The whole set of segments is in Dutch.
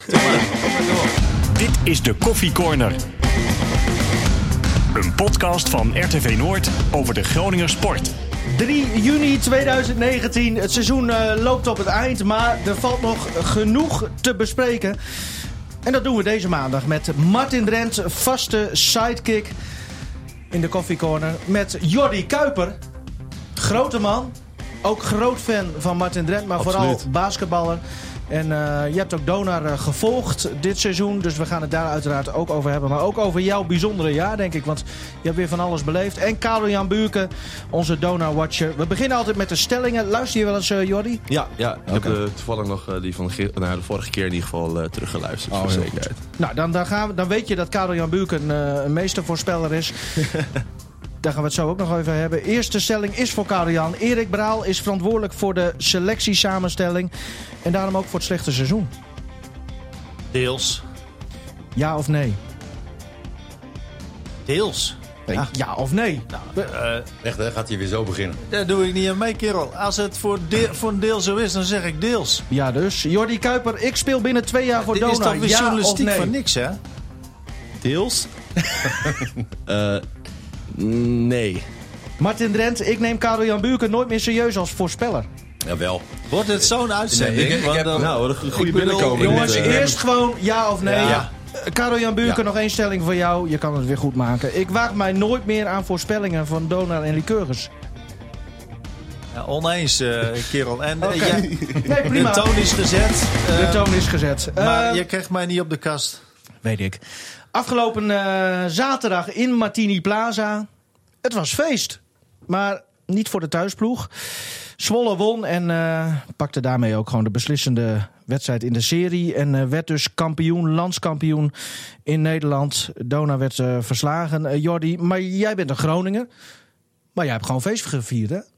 Dit is de Koffie Corner. Een podcast van RTV Noord over de Groninger sport. 3 juni 2019. Het seizoen loopt op het eind, maar er valt nog genoeg te bespreken. En dat doen we deze maandag met Martin Drent, vaste sidekick in de Koffie Corner. Met Jordi Kuiper, grote man. Ook groot fan van Martin Drent, maar Absoluut. Vooral basketballer. En je hebt ook Donar gevolgd dit seizoen. Dus we gaan het daar uiteraard ook over hebben. Maar ook over jouw bijzondere jaar, denk ik. Want je hebt weer van alles beleefd. En Karel-Jan Buurken, onze Donar-watcher. We beginnen altijd met de stellingen. Luister je wel eens, Jordi? Ja, ik heb toevallig nog die van de vorige keer in ieder geval teruggeluisterd. Oh, voor zekerheid. Nou, dan weet je dat Karel-Jan Buurken een meestervoorspeller is. Daar gaan we het zo ook nog even hebben. Eerste stelling is voor Karel-Jan. Erik Braal is verantwoordelijk voor de selectiesamenstelling. En daarom ook voor het slechte seizoen. Deels. Ja of nee? Deels. Ja of nee? Echt, hè? Gaat hij weer zo beginnen? Daar doe ik niet aan mee, kerel. Als het voor een deel zo is, dan zeg ik deels. Ja dus. Jordi Kuiper, ik speel binnen 2 jaar voor Dit Donar. is toch weer ja journalistiek of nee? van niks, hè? Deels? Nee. Martin Drent, ik neem Karel-Jan Buurken nooit meer serieus als voorspeller. Jawel. Wordt het zo'n uitzending? Nee, ik heb- Nou, een goede Ik bedoel, binnenkomen. Jongens, Dit, eerst gewoon ja of nee. Ja. Karel-Jan Buurken, Ja. nog 1 stelling voor jou. Je kan het weer goed maken. Ik waag mij nooit meer aan voorspellingen van Donar en Lycurgus. Ja, oneens, kerel. En Oké. ja, Nee, de prima. toon is gezet. De toon is gezet. Maar je krijgt mij niet op de kast. Weet ik. Afgelopen zaterdag in Martini Plaza. Het was feest. Maar niet voor de thuisploeg. Zwolle won en pakte daarmee ook gewoon de beslissende wedstrijd in de serie. En werd dus kampioen, landskampioen in Nederland. Donar werd verslagen. Jordi, maar jij bent een Groninger. Maar jij hebt gewoon feest gevierd, hè?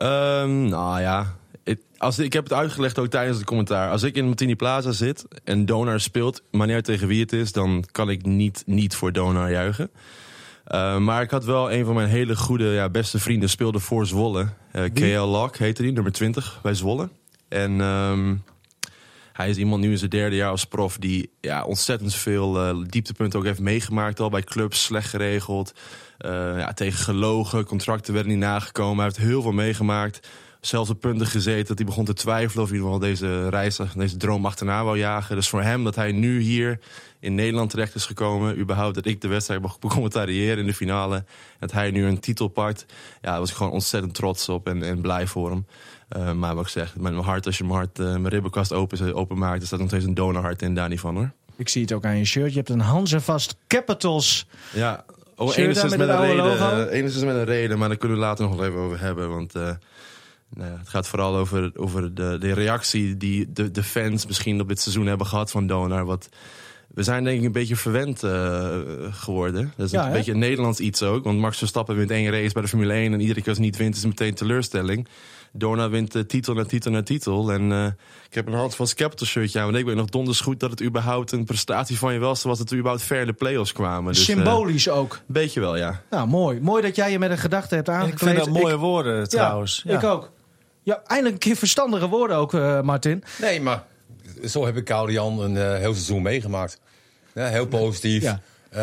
Nou ja, ik heb het uitgelegd ook tijdens het commentaar. Als ik in Martini Plaza zit en Donar speelt, wanneer tegen wie het is, dan kan ik niet voor Donar juichen. Maar ik had wel een van mijn hele goede, beste vrienden speelde voor Zwolle. KL Locke heette die, nummer 20 bij Zwolle. En hij is iemand nu in zijn 3e jaar als prof die ontzettend veel dieptepunten ook heeft meegemaakt al bij clubs, slecht geregeld. Tegen gelogen, contracten werden niet nagekomen. Hij heeft heel veel meegemaakt. Zelfs op punten gezeten dat hij begon te twijfelen of in ieder geval deze droom achterna wou jagen. Dus voor hem dat hij nu hier in Nederland terecht is gekomen, überhaupt dat ik de wedstrijd mocht becommentariëren in de finale, dat hij nu een titel pakt, daar was ik gewoon ontzettend trots op en blij voor hem. Maar wat ik zeg, met mijn hart, als je mijn ribbenkast openmaakt, er staat nog steeds een Donarhart in, daar niet van hoor. Ik zie het ook aan je shirt. Je hebt een Hanzevast Capitals. Ja, Enigszins met een reden, maar daar kunnen we later nog wel even over hebben. Want het gaat vooral over de reactie die de fans misschien op dit seizoen hebben gehad van Donar. We zijn denk ik een beetje verwend geworden. Dat is een beetje een Nederlands iets ook. Want Max Verstappen wint 1 race bij de Formule 1... en iedere keer als hij niet wint is het meteen teleurstelling. Donar wint titel na titel na titel. En ik heb een Hanzevast Capital shirtje aan. Want ik weet nog donders goed dat het überhaupt een prestatie van je was... dat we überhaupt ver in de play-offs kwamen. Dus, Symbolisch ook. Beetje wel, ja. Nou, mooi. Mooi dat jij je met een gedachte hebt aangekleed. Ik vind dat mooie woorden trouwens. Ja, ik ook. Ja, eindelijk een keer verstandige woorden ook, Martin. Nee, maar zo heb ik Karel-Jan een heel seizoen meegemaakt. Ja, heel positief. Ja.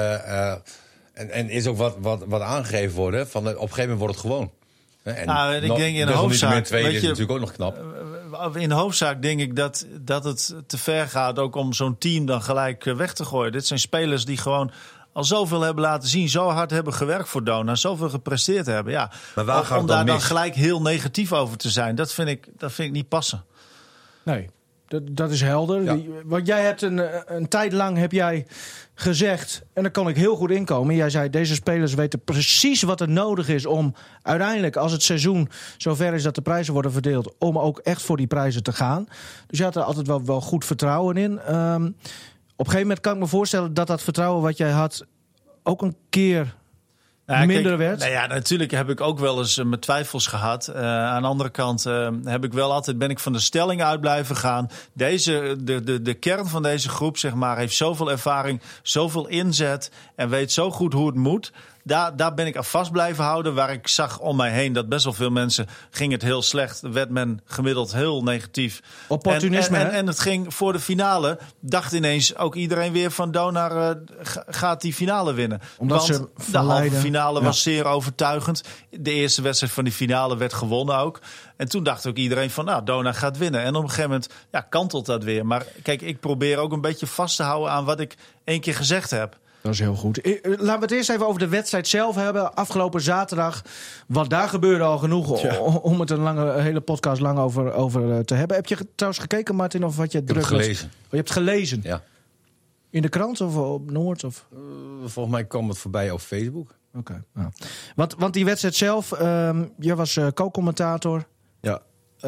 En is ook wat aangegeven worden. Op een gegeven moment wordt het gewoon. En ik denk in de hoofdzaak, tweede weet is je, natuurlijk ook nog knap. In de hoofdzaak denk ik dat het te ver gaat ook om zo'n team dan gelijk weg te gooien. Dit zijn spelers die gewoon al zoveel hebben laten zien, zo hard hebben gewerkt voor Donar, zoveel gepresteerd hebben. Ja, Maar waar gaat het om dan daar dan mis? gelijk heel negatief over te zijn, dat vind ik niet passen. Nee, dat is helder. Ja. Want jij hebt een tijd lang heb jij gezegd, en daar kan ik heel goed inkomen. Jij zei, deze spelers weten precies wat er nodig is om uiteindelijk, als het seizoen zover is dat de prijzen worden verdeeld, om ook echt voor die prijzen te gaan. Dus je had er altijd wel goed vertrouwen in. Op een gegeven moment kan ik me voorstellen dat vertrouwen wat jij had ook een keer minder werd? Nou ja, natuurlijk heb ik ook wel eens mijn twijfels gehad. Aan de andere kant ben ik van de stelling uit blijven gaan. De kern van deze groep, zeg maar, heeft zoveel ervaring, zoveel inzet en weet zo goed hoe het moet. Daar ben ik aan vast blijven houden. Waar ik zag om mij heen dat best wel veel mensen ging het heel slecht. Werd men gemiddeld heel negatief. Opportunisme, en het ging voor de finale. Dacht ineens ook iedereen weer van Donar gaat die finale winnen. Omdat Want de halve finale was zeer overtuigend. De eerste wedstrijd van die finale werd gewonnen ook. En toen dacht ook iedereen van Donar gaat winnen. En op een gegeven moment kantelt dat weer. Maar kijk, ik probeer ook een beetje vast te houden aan wat ik 1 keer gezegd heb. Dat is heel goed. Laten we het eerst even over de wedstrijd zelf hebben. Afgelopen zaterdag. Want daar gebeurde al genoeg om het een hele podcast lang over te hebben. Heb je trouwens gekeken, Martin, of wat je druk was? Ik heb het gelezen. Je hebt gelezen? Ja. In de krant of op Noord? Of? Volgens mij kwam het voorbij op Facebook. Oké. Ja. Want die wedstrijd zelf, jij was co-commentator. Ja.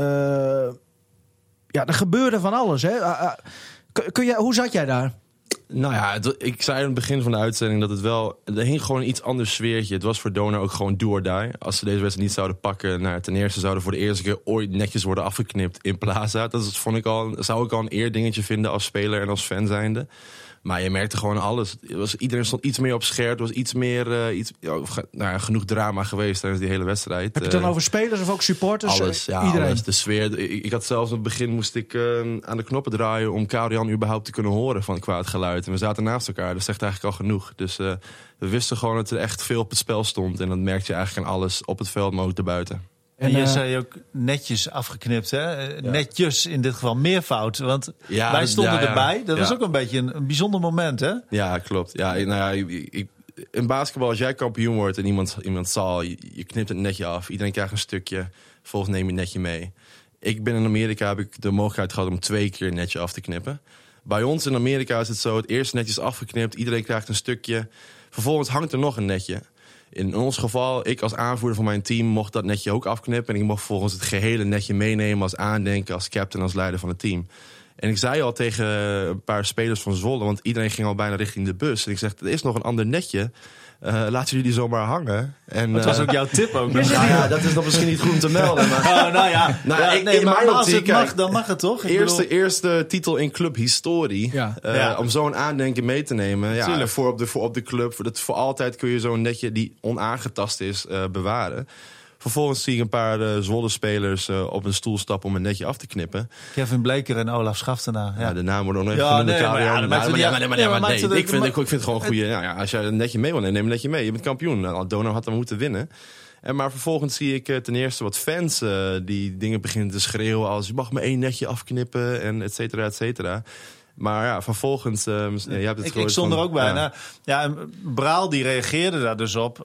Er gebeurde van alles. Hè? Hoe zat jij daar? Nou ja, ik zei in het begin van de uitzending dat er hing gewoon een iets ander sfeertje. Het was voor Donar ook gewoon do or die. Als ze deze wedstrijd niet zouden pakken, ten eerste zouden voor de eerste keer ooit netjes worden afgeknipt in Plaza. Dat zou ik al een eerdingetje vinden als speler en als fan zijnde. Maar je merkte gewoon alles. Iedereen stond iets meer op scherp. Er was iets meer genoeg drama geweest tijdens die hele wedstrijd. Heb je het dan over spelers of ook supporters? Alles, iedereen. Alles. De sfeer. Ik had zelfs op het begin moest ik aan de knoppen draaien om Kaurian überhaupt te kunnen horen qua het geluid. En we zaten naast elkaar. Dat zegt eigenlijk al genoeg. Dus we wisten gewoon dat er echt veel op het spel stond. En dat merkte je eigenlijk aan alles op het veld, maar ook erbuiten. En je zei ook netjes afgeknipt, hè? Netjes in dit geval meervoud. Want wij stonden erbij. Dat was ook een beetje een bijzonder moment, hè? Ja, klopt. In basketbal, als jij kampioen wordt en iemand zal, je knipt het netje af. Iedereen krijgt een stukje. Vervolgens neem je het netje mee. In Amerika heb ik de mogelijkheid gehad om 2 keer een netje af te knippen. Bij ons in Amerika is het zo, het eerste netje is afgeknipt. Iedereen krijgt een stukje. Vervolgens hangt er nog een netje. In ons geval, ik als aanvoerder van mijn team mocht dat netje ook afknippen. En ik mocht vervolgens het gehele netje meenemen als aandenken, als captain, als leider van het team. En ik zei al tegen een paar spelers van Zwolle, want iedereen ging al bijna richting de bus. En ik zeg, er is nog een ander netje. Laten jullie die zomaar hangen. En, dat was ook jouw tip ook. Dat is dan misschien niet goed om te melden. Maar, maar als het mag, dan mag het toch? Eerste titel in clubhistorie. Om zo'n aandenken mee te nemen. Voor op de club. Voor altijd kun je zo'n netje die onaangetast is bewaren. Vervolgens zie ik een paar Zwolle-spelers op een stoel stappen om een netje af te knippen. Kevin Bleker en Olaf Schaftenaar. Ja, de naam wordt nog even genoemd. Ik vind het gewoon een goede. Als je een netje mee wil nemen, neem een netje mee. Je bent kampioen. Donar had dan moeten winnen. Maar vervolgens zie ik ten eerste wat fans die dingen beginnen te schreeuwen als je mag me 1 netje afknippen en et cetera, et cetera. Maar vervolgens... ik stond er ook bij. Braal die reageerde daar dus op.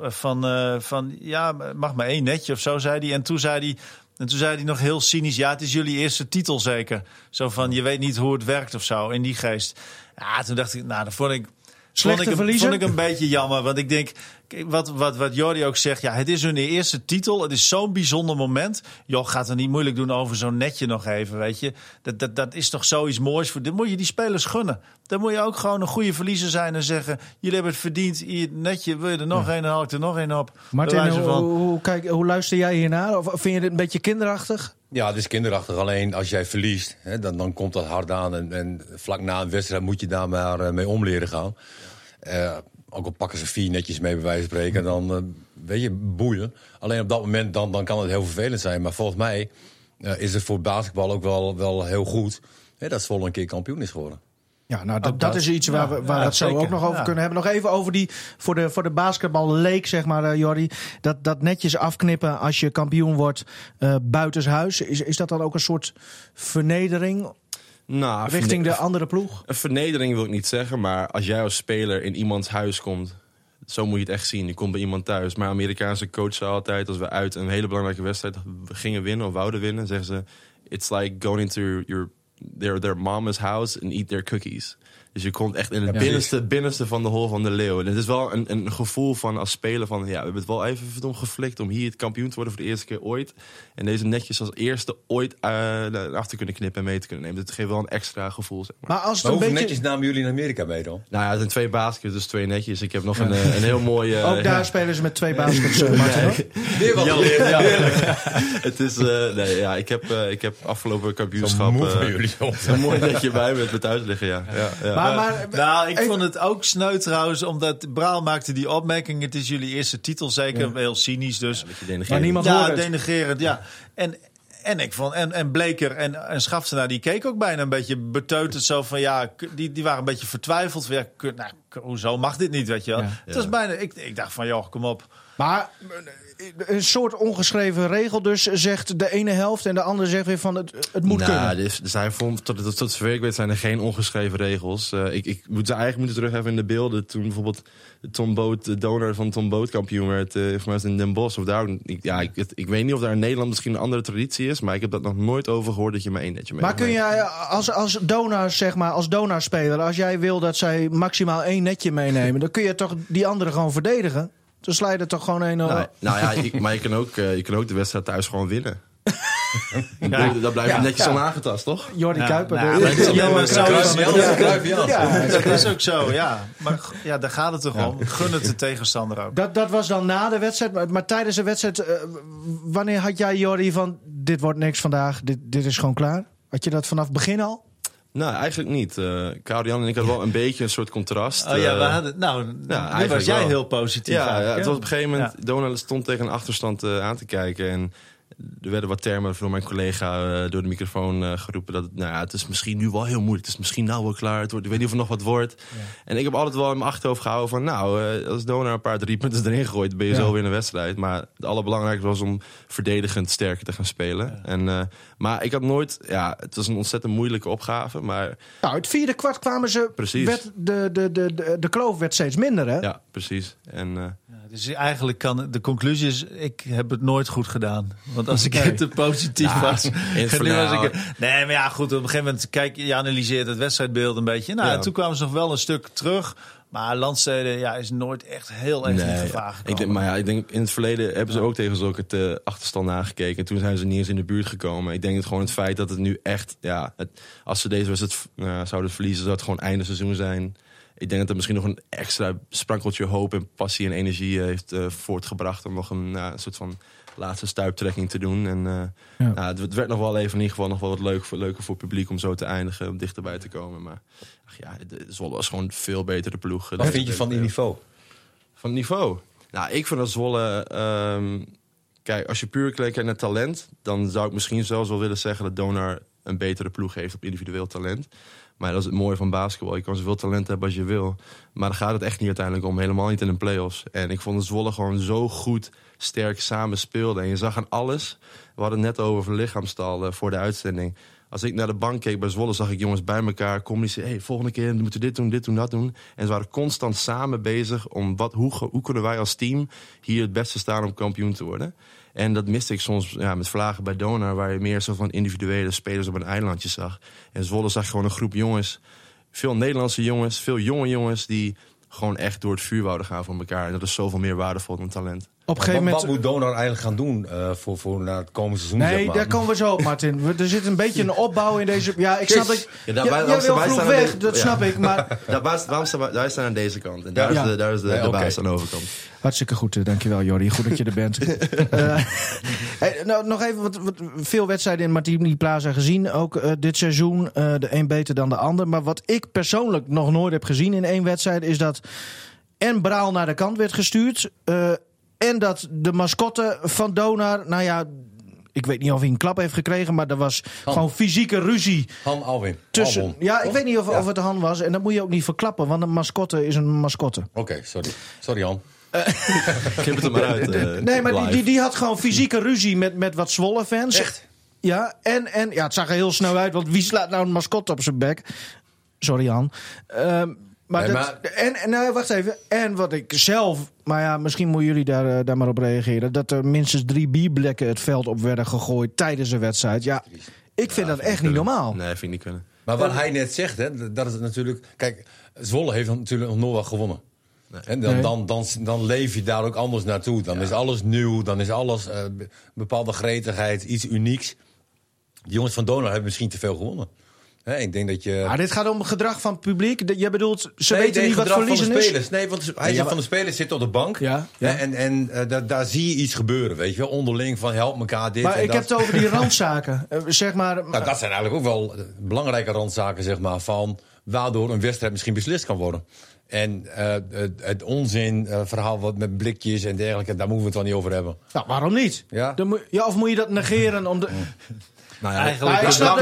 Mag maar 1 netje of zo, zei hij. En toen zei hij nog heel cynisch, het is jullie eerste titel zeker. Zo van, je weet niet hoe het werkt of zo, in die geest. Ja, toen dacht ik, dat vond ik een beetje jammer. Want ik denk, wat Jordi ook zegt, het is hun eerste titel. Het is zo'n bijzonder moment. Gaat er niet moeilijk doen over zo'n netje nog even, weet je. Dat is toch zoiets moois. Dit moet je die spelers gunnen. Dan moet je ook gewoon een goede verliezer zijn en zeggen, jullie hebben het verdiend. Hier, netje, wil je er nog een, dan haal ik er nog een op. Martin, hoe luister jij hiernaar? Of vind je het een beetje kinderachtig? Ja, het is kinderachtig. Alleen als jij verliest, dan komt dat hard aan. En vlak na een wedstrijd moet je daar maar mee om leren gaan. Ook al pakken ze 4 netjes mee, bij wijze van spreken. Dan weet je, boeien. Alleen op dat moment dan kan het heel vervelend zijn. Maar volgens mij is het voor basketbal ook wel heel goed dat Zwolle een keer kampioen is geworden. Ja, dat is iets waar we het zo ook nog over kunnen hebben. Nog even over die, voor de basketbal leek, zeg maar, Jordi. Dat netjes afknippen als je kampioen wordt buitenshuis. Is dat dan ook een soort vernedering? Richting de andere ploeg? Een vernedering wil ik niet zeggen, maar als jij als speler in iemands huis komt, zo moet je het echt zien. Je komt bij iemand thuis. Maar Amerikaanse coach zei altijd, als we uit een hele belangrijke wedstrijd gingen winnen of wouden winnen, zeggen ze, it's like going into their mama's house and eat their cookies. Dus je komt echt in het binnenste van de hol van de leeuw. En het is wel een gevoel van als speler van... ja, we hebben het wel even verdomd geflikt om hier het kampioen te worden voor de eerste keer ooit. En deze netjes als eerste ooit af te kunnen knippen en mee te kunnen nemen. Dat geeft wel een extra gevoel, zeg maar. Maar als het hoeveel een beetje... netjes namen jullie in Amerika mee dan? Nou ja, het zijn 2 baskets, dus 2 netjes. Ik heb nog een heel mooie... Ook daar spelen ze met 2 baskets, Martin. hoor. Weer wat geleerd. Het is... ik heb afgelopen kampioenschap... Moe van jullie, jongens. een mooi netje bij met thuis liggen, ja. Maar Nou, ik vond het ook sneu trouwens, omdat Braal maakte die opmerking. Het is jullie eerste titel, zeker. Heel cynisch dus. maar niemand hoort het. Denigrerend, ja. En ik vond, en Bleker en Schaftenaar, die keek ook bijna een beetje beteuterd zo van, die waren een beetje vertwijfeld. Hoezo mag dit niet, weet je wel? Ja. Het was bijna, ik dacht van, joh, kom op. Maar een soort ongeschreven regel dus zegt de ene helft en de andere zegt weer van het moet kunnen. Dus hij vond, tot zover ik weet zijn er geen ongeschreven regels. Ik moet ze eigenlijk moeten terug hebben in de beelden. Toen bijvoorbeeld de donor van Tom Boot kampioen werd in Den Bosch. Of daar, ik weet niet of daar in Nederland misschien een andere traditie is, maar ik heb dat nog nooit over gehoord dat je maar 1 netje mee. Maar kun jij als donor, zeg maar, als donorspeler, als jij wil dat zij maximaal 1 netje meenemen, dan kun je toch die andere gewoon verdedigen? Dan sla je er toch gewoon 1-0. Maar je kan ook de wedstrijd thuis gewoon winnen. Dat blijft netjes onaangetast, toch? Jordi Kuiper. Dat is ook zo, ja. Maar ja, daar gaat het toch om. Gun het de tegenstander ook. Dat was dan na de wedstrijd. Maar tijdens de wedstrijd, wanneer had jij, Jordi, van dit wordt niks vandaag, dit is gewoon klaar? Had je dat vanaf het begin al? Nou, eigenlijk niet. Karel-Jan en ik hadden wel een beetje een soort contrast. We hadden... nu was jij heel positief. Het was op een gegeven moment... Donald stond tegen een achterstand aan te kijken. En er werden wat termen door mijn collega door de microfoon geroepen. Dat het is misschien nu wel heel moeilijk. Het is misschien nou wel klaar. Ik weet niet of er nog wat wordt. Ja. En ik heb altijd wel in mijn achterhoofd gehouden van... als Donald een paar 3 punten erin gooit, ben je zo weer in een wedstrijd. Maar het allerbelangrijkste was om verdedigend sterker te gaan spelen. Ja. Maar ik had nooit... het was een ontzettend moeilijke opgave. Maar... Nou, het 4e kwart kwamen ze... Precies. De kloof werd steeds minder, hè? Ja, precies. En... Dus eigenlijk kan de conclusie is, ik heb het nooit goed gedaan. Want als ik te positief was... Nee, maar ja, goed, op een gegeven moment... je analyseert het wedstrijdbeeld een beetje. En toen kwamen ze nog wel een stuk terug. Maar Landstede is nooit echt heel erg in gevaar gekomen. Ik denk in het verleden hebben ze ook tegen zulke achterstanden aangekeken. En toen zijn ze niet eens in de buurt gekomen. Ik denk dat gewoon het feit dat het nu echt... als ze deze wedstrijd zouden verliezen, zou het gewoon einde seizoen zijn... Ik denk dat het misschien nog een extra sprankeltje hoop en passie en energie heeft voortgebracht... om nog een soort van laatste stuiptrekking te doen. En het werd nog wel even in ieder geval nog wel wat leuker voor het publiek om zo te eindigen, om dichterbij te komen. Maar Zwolle was gewoon veel betere ploeg. Wat vind je van die niveau? Van het niveau? Nou, ik vind dat Zwolle... kijk, als je puur kijkt naar talent, dan zou ik misschien zelfs wel willen zeggen dat Donar een betere ploeg heeft op individueel talent. Maar dat is het mooie van basketbal. Je kan zoveel talent hebben als je wil. Maar daar gaat het echt niet uiteindelijk om. Helemaal niet in de play-offs. En ik vond dat Zwolle gewoon zo goed, sterk samen speelde. En je zag aan alles. We hadden het net over lichaamstaal voor de uitzending. Als ik naar de bank keek bij Zwolle, zag ik jongens bij elkaar communiceren. Volgende keer moeten we dit doen, dat doen. En ze waren constant samen bezig om hoe kunnen wij als team hier het beste staan om kampioen te worden. En dat miste ik soms met Vlagen bij Donar, waar je meer zo van individuele spelers op een eilandje zag. En Zwolle zag gewoon een groep jongens, veel Nederlandse jongens, veel jonge jongens, die gewoon echt door het vuur wouden gaan voor elkaar. En dat is zoveel meer waardevol dan talent. Op een gegeven moment... Wat moet Donar eigenlijk gaan doen voor naar het komende seizoen? Nee, zeg maar? daar komen we zo op, Martin. Er zit een beetje een opbouw in deze... Ja, ik snap dat... Jij wil vroeg weg, dat snap ik, maar... Wij staan aan deze kant. En daar is de baas aan de overkant. Hartstikke goed, dankjewel Jordi. Goed dat je er bent. Nog even wat veel wedstrijden in Martini Plaza gezien. Ook dit seizoen. De een beter dan de ander. Maar wat ik persoonlijk nog nooit heb gezien in 1 wedstrijd... is dat en Braal naar de kant werd gestuurd... en dat de mascotte van Donar... ik weet niet of hij een klap heeft gekregen... maar er was gewoon fysieke ruzie. Han Alwin. Tussen. Ik weet niet of het Han was. En dat moet je ook niet verklappen, want een mascotte is een mascotte. Oké, sorry Han. Knip het er maar uit. Nee, maar die had gewoon fysieke ruzie met wat Zwolle-fans. Echt? Ja, en het zag er heel snel uit, want wie slaat nou een mascotte op zijn bek? Sorry, Han. Wacht even. En wat ik zelf... Maar misschien moeten jullie daar maar op reageren. Dat er minstens 3 bierblekken het veld op werden gegooid tijdens een wedstrijd. Ja, ik vind dat echt niet normaal. Nee, vind ik niet kunnen. Maar wat hij net zegt, hè, dat is het natuurlijk... Kijk, Zwolle heeft natuurlijk nog nooit gewonnen. Nee. En dan leef je daar ook anders naartoe. Dan is alles nieuw, dan is alles bepaalde gretigheid, iets unieks. Die jongens van Donar hebben misschien te veel gewonnen. Ik denk dat je... Maar dit gaat om het gedrag van het publiek. Je bedoelt, ze weten niet wat verliezen is? Spelers. Nee, want hij zegt van de spelers zit op de bank. Ja. En daar zie je iets gebeuren, weet je wel. Onderling van help elkaar dit maar en ik dat. heb het over die randzaken. Zeg maar... Nou, dat zijn eigenlijk ook wel belangrijke randzaken, zeg maar. Van waardoor een wedstrijd misschien beslist kan worden. En het onzinverhaal wat met blikjes en dergelijke, daar moeten we het wel niet over hebben. Nou, waarom niet? Ja? Of moet je dat negeren om de... Nou ja, eigenlijk ik snap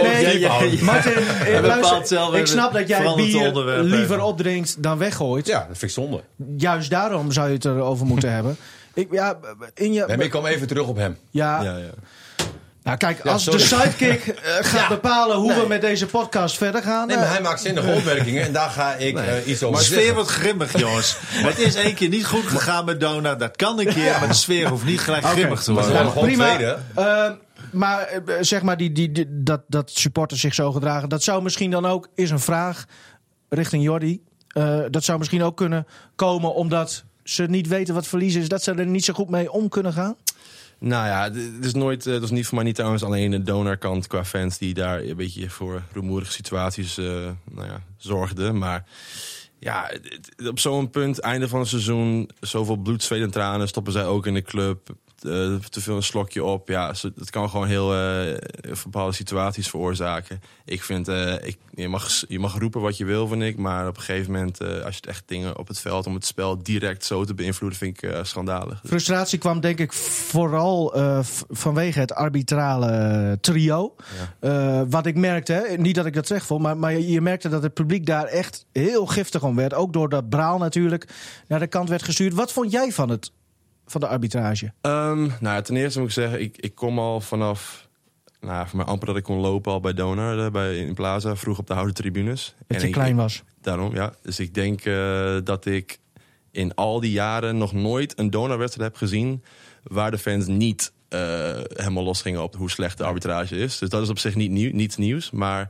Martin, ik snap dat jij bier liever opdrinkt dan weggooit. Ja, dat vind ik zonde. Juist daarom zou je het erover moeten hebben. Ik kom even terug op hem. Ja. Nou kijk, als de sidekick gaat bepalen hoe we met deze podcast verder gaan... Nee, maar hij maakt zinnige opmerkingen en daar ga ik iets over maar zeggen. De sfeer wordt grimmig, jongens. Het is 1 keer niet goed gegaan met Donar. Dat kan een keer, maar de sfeer hoeft niet gelijk grimmig te worden. Maar prima. Maar zeg maar dat supporters zich zo gedragen... dat zou misschien dan ook, is een vraag richting Jordi... dat zou misschien ook kunnen komen omdat ze niet weten wat verlies is... dat ze er niet zo goed mee om kunnen gaan? Nou ja, het is niet voor mij niet trouwens alleen de Donar-kant qua fans... die daar een beetje voor rumoerige situaties zorgden. Maar ja, op zo'n punt, einde van het seizoen... zoveel bloed, zweet en tranen stoppen zij ook in de club... te veel een slokje op. Ja, het kan gewoon heel bepaalde situaties veroorzaken. Ik vind, je mag roepen wat je wil, vind ik. Maar op een gegeven moment, als je het echt dingen op het veld... om het spel direct zo te beïnvloeden, vind ik schandalig. Frustratie kwam denk ik vooral vanwege het arbitrale trio. Ja. Wat ik merkte, niet dat ik dat zeg vond... maar je merkte dat het publiek daar echt heel giftig om werd. Ook doordat Braal natuurlijk naar de kant werd gestuurd. Wat vond jij van de arbitrage? Ten eerste moet ik zeggen, ik kom al vanaf... voor mij amper dat ik kon lopen al bij Donar, in Plaza, vroeg op de houten tribunes. Dat je klein was. Daarom, ja. Dus ik denk dat ik in al die jaren nog nooit een Donar-wedstrijd heb gezien... waar de fans niet helemaal los gingen op hoe slecht de arbitrage is. Dus dat is op zich niets nieuws. Maar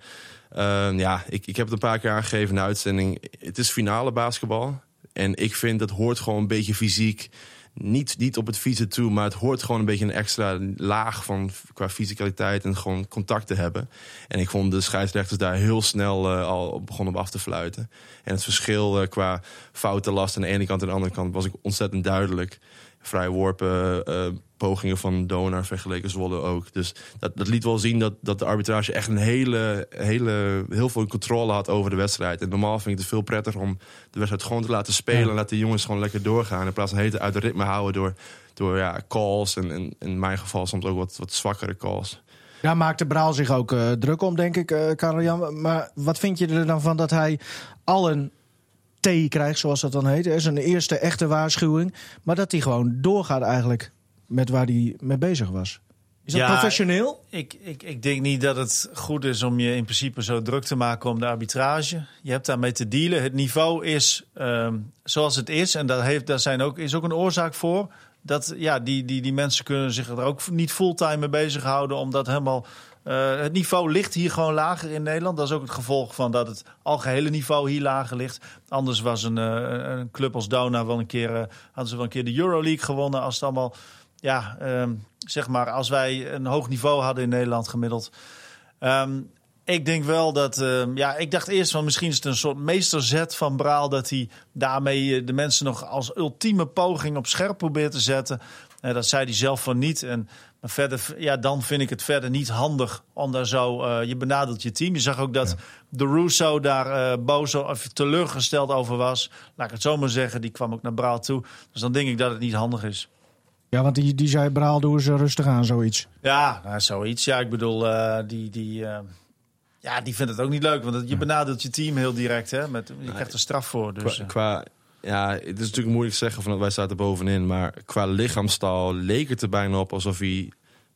ik heb het een paar keer aangegeven in de uitzending. Het is finale basketbal. En ik vind dat hoort gewoon een beetje fysiek... Niet op het fietsen toe, maar het hoort gewoon een beetje een extra laag van qua fysicaliteit en gewoon contact te hebben. En ik vond de scheidsrechters daar heel snel al begonnen op af te fluiten. En het verschil qua foutenlast aan de ene kant en de andere kant was ik ontzettend duidelijk. Vrij worpen pogingen van Donar vergeleken Zwolle ook. Dus dat liet wel zien dat de arbitrage echt een heel veel controle had over de wedstrijd. En normaal vind ik het veel prettiger om de wedstrijd gewoon te laten spelen... en laten de jongens gewoon lekker doorgaan. In plaats van uit de ritme houden door calls en in mijn geval soms ook wat zwakkere calls. Daar maakte Braal zich ook druk om, denk ik, Karel-Jan. Maar wat vind je er dan van dat hij al een T krijgt, zoals dat dan heet? Dat is een eerste echte waarschuwing. Maar dat hij gewoon doorgaat eigenlijk met waar hij mee bezig was. Is dat professioneel? Ik denk niet dat het goed is om je in principe zo druk te maken om de arbitrage. Je hebt daarmee te dealen. Het niveau is zoals het is. En daar is ook een oorzaak voor. Dat die mensen kunnen zich er ook niet fulltime mee bezighouden. Omdat helemaal... het niveau ligt hier gewoon lager in Nederland. Dat is ook het gevolg van dat het algehele niveau hier lager ligt. Anders was een club als Donar hadden ze wel een keer de Euroleague gewonnen. Als het allemaal... zeg maar, als wij een hoog niveau hadden in Nederland gemiddeld. Ik denk wel dat... ik dacht eerst van misschien is het een soort meesterzet van Braal... dat hij daarmee de mensen nog als ultieme poging op scherp probeert te zetten. Dat zei hij zelf van niet. Maar verder, dan vind ik het verder niet handig om daar zo... je benadelt je team. Je zag ook dat de Russo daar boos of teleurgesteld over was. Laat ik het zo maar zeggen. Die kwam ook naar Braal toe. Dus dan denk ik dat het niet handig is. Ja, want die zei Braal, doe eens rustig aan, zoiets. Ja, zoiets. Ja, ik bedoel, die vindt het ook niet leuk. Want je benadelt je team heel direct. Hè, je krijgt er straf voor. Dus, het is natuurlijk moeilijk te zeggen van wij zaten bovenin. Maar qua lichaamstaal leek het er bijna op alsof hij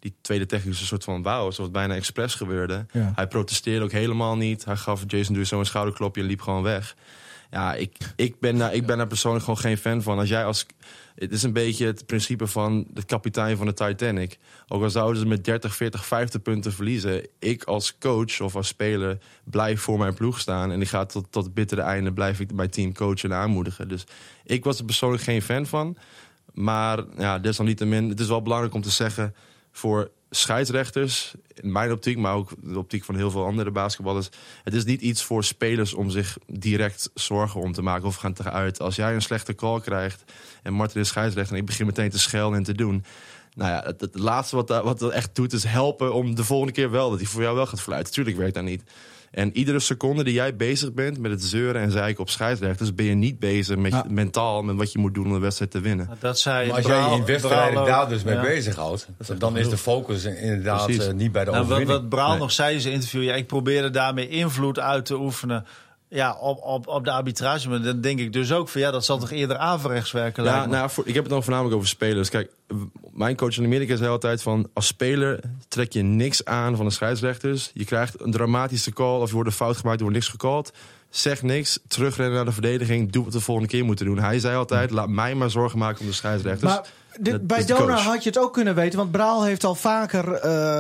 die tweede techniek een soort van wauw, alsof het bijna expres gebeurde. Ja. Hij protesteerde ook helemaal niet. Hij gaf Jason Drewsy een schouderklopje en liep gewoon weg. Ja, ik ben daar persoonlijk gewoon geen fan van. Het is een beetje het principe van de kapitein van de Titanic. Ook al zouden ze met 30, 40, 50 punten verliezen. Ik als coach of als speler blijf voor mijn ploeg staan. En ik ga tot het bittere einde blijf ik mijn team coachen en aanmoedigen. Dus ik was er persoonlijk geen fan van. Maar ja, desalniettemin, het is wel belangrijk om te zeggen voor scheidsrechters, in mijn optiek, maar ook de optiek van heel veel andere basketballers. Het is niet iets voor spelers om zich direct zorgen om te maken of gaan uit. Als jij een slechte call krijgt en Martin is scheidsrechter en ik begin meteen te schelden en te doen. Nou ja, het laatste wat dat echt doet is helpen om de volgende keer wel, dat hij voor jou wel gaat fluiten. Tuurlijk werkt dat niet. En iedere seconde die jij bezig bent met het zeuren en zeiken op scheidsrechters, ben je niet bezig met mentaal met wat je moet doen om de wedstrijd te winnen. Dat zei Maar als jij je in wedstrijden daar dus mee ja. bezighoudt, dan is de focus inderdaad niet bij de overwinning. Wat Braal nog zei in zijn interview, ja, ik probeerde daarmee invloed uit te oefenen. Ja, op de arbitrage. Maar dan denk ik dus ook van ja, dat zal toch eerder averechts werken lijken me. Ik heb het dan voornamelijk over spelers. Kijk, mijn coach in Amerika zei altijd van, als speler trek je niks aan van de scheidsrechters. Je krijgt een dramatische call of je wordt een fout gemaakt, er wordt niks gecallt. Zeg niks, terugrennen naar de verdediging, doe wat we de volgende keer moeten doen. Hij zei altijd, laat mij maar zorgen maken om de scheidsrechters. Maar bij Donar had je het ook kunnen weten, want Braal heeft al vaker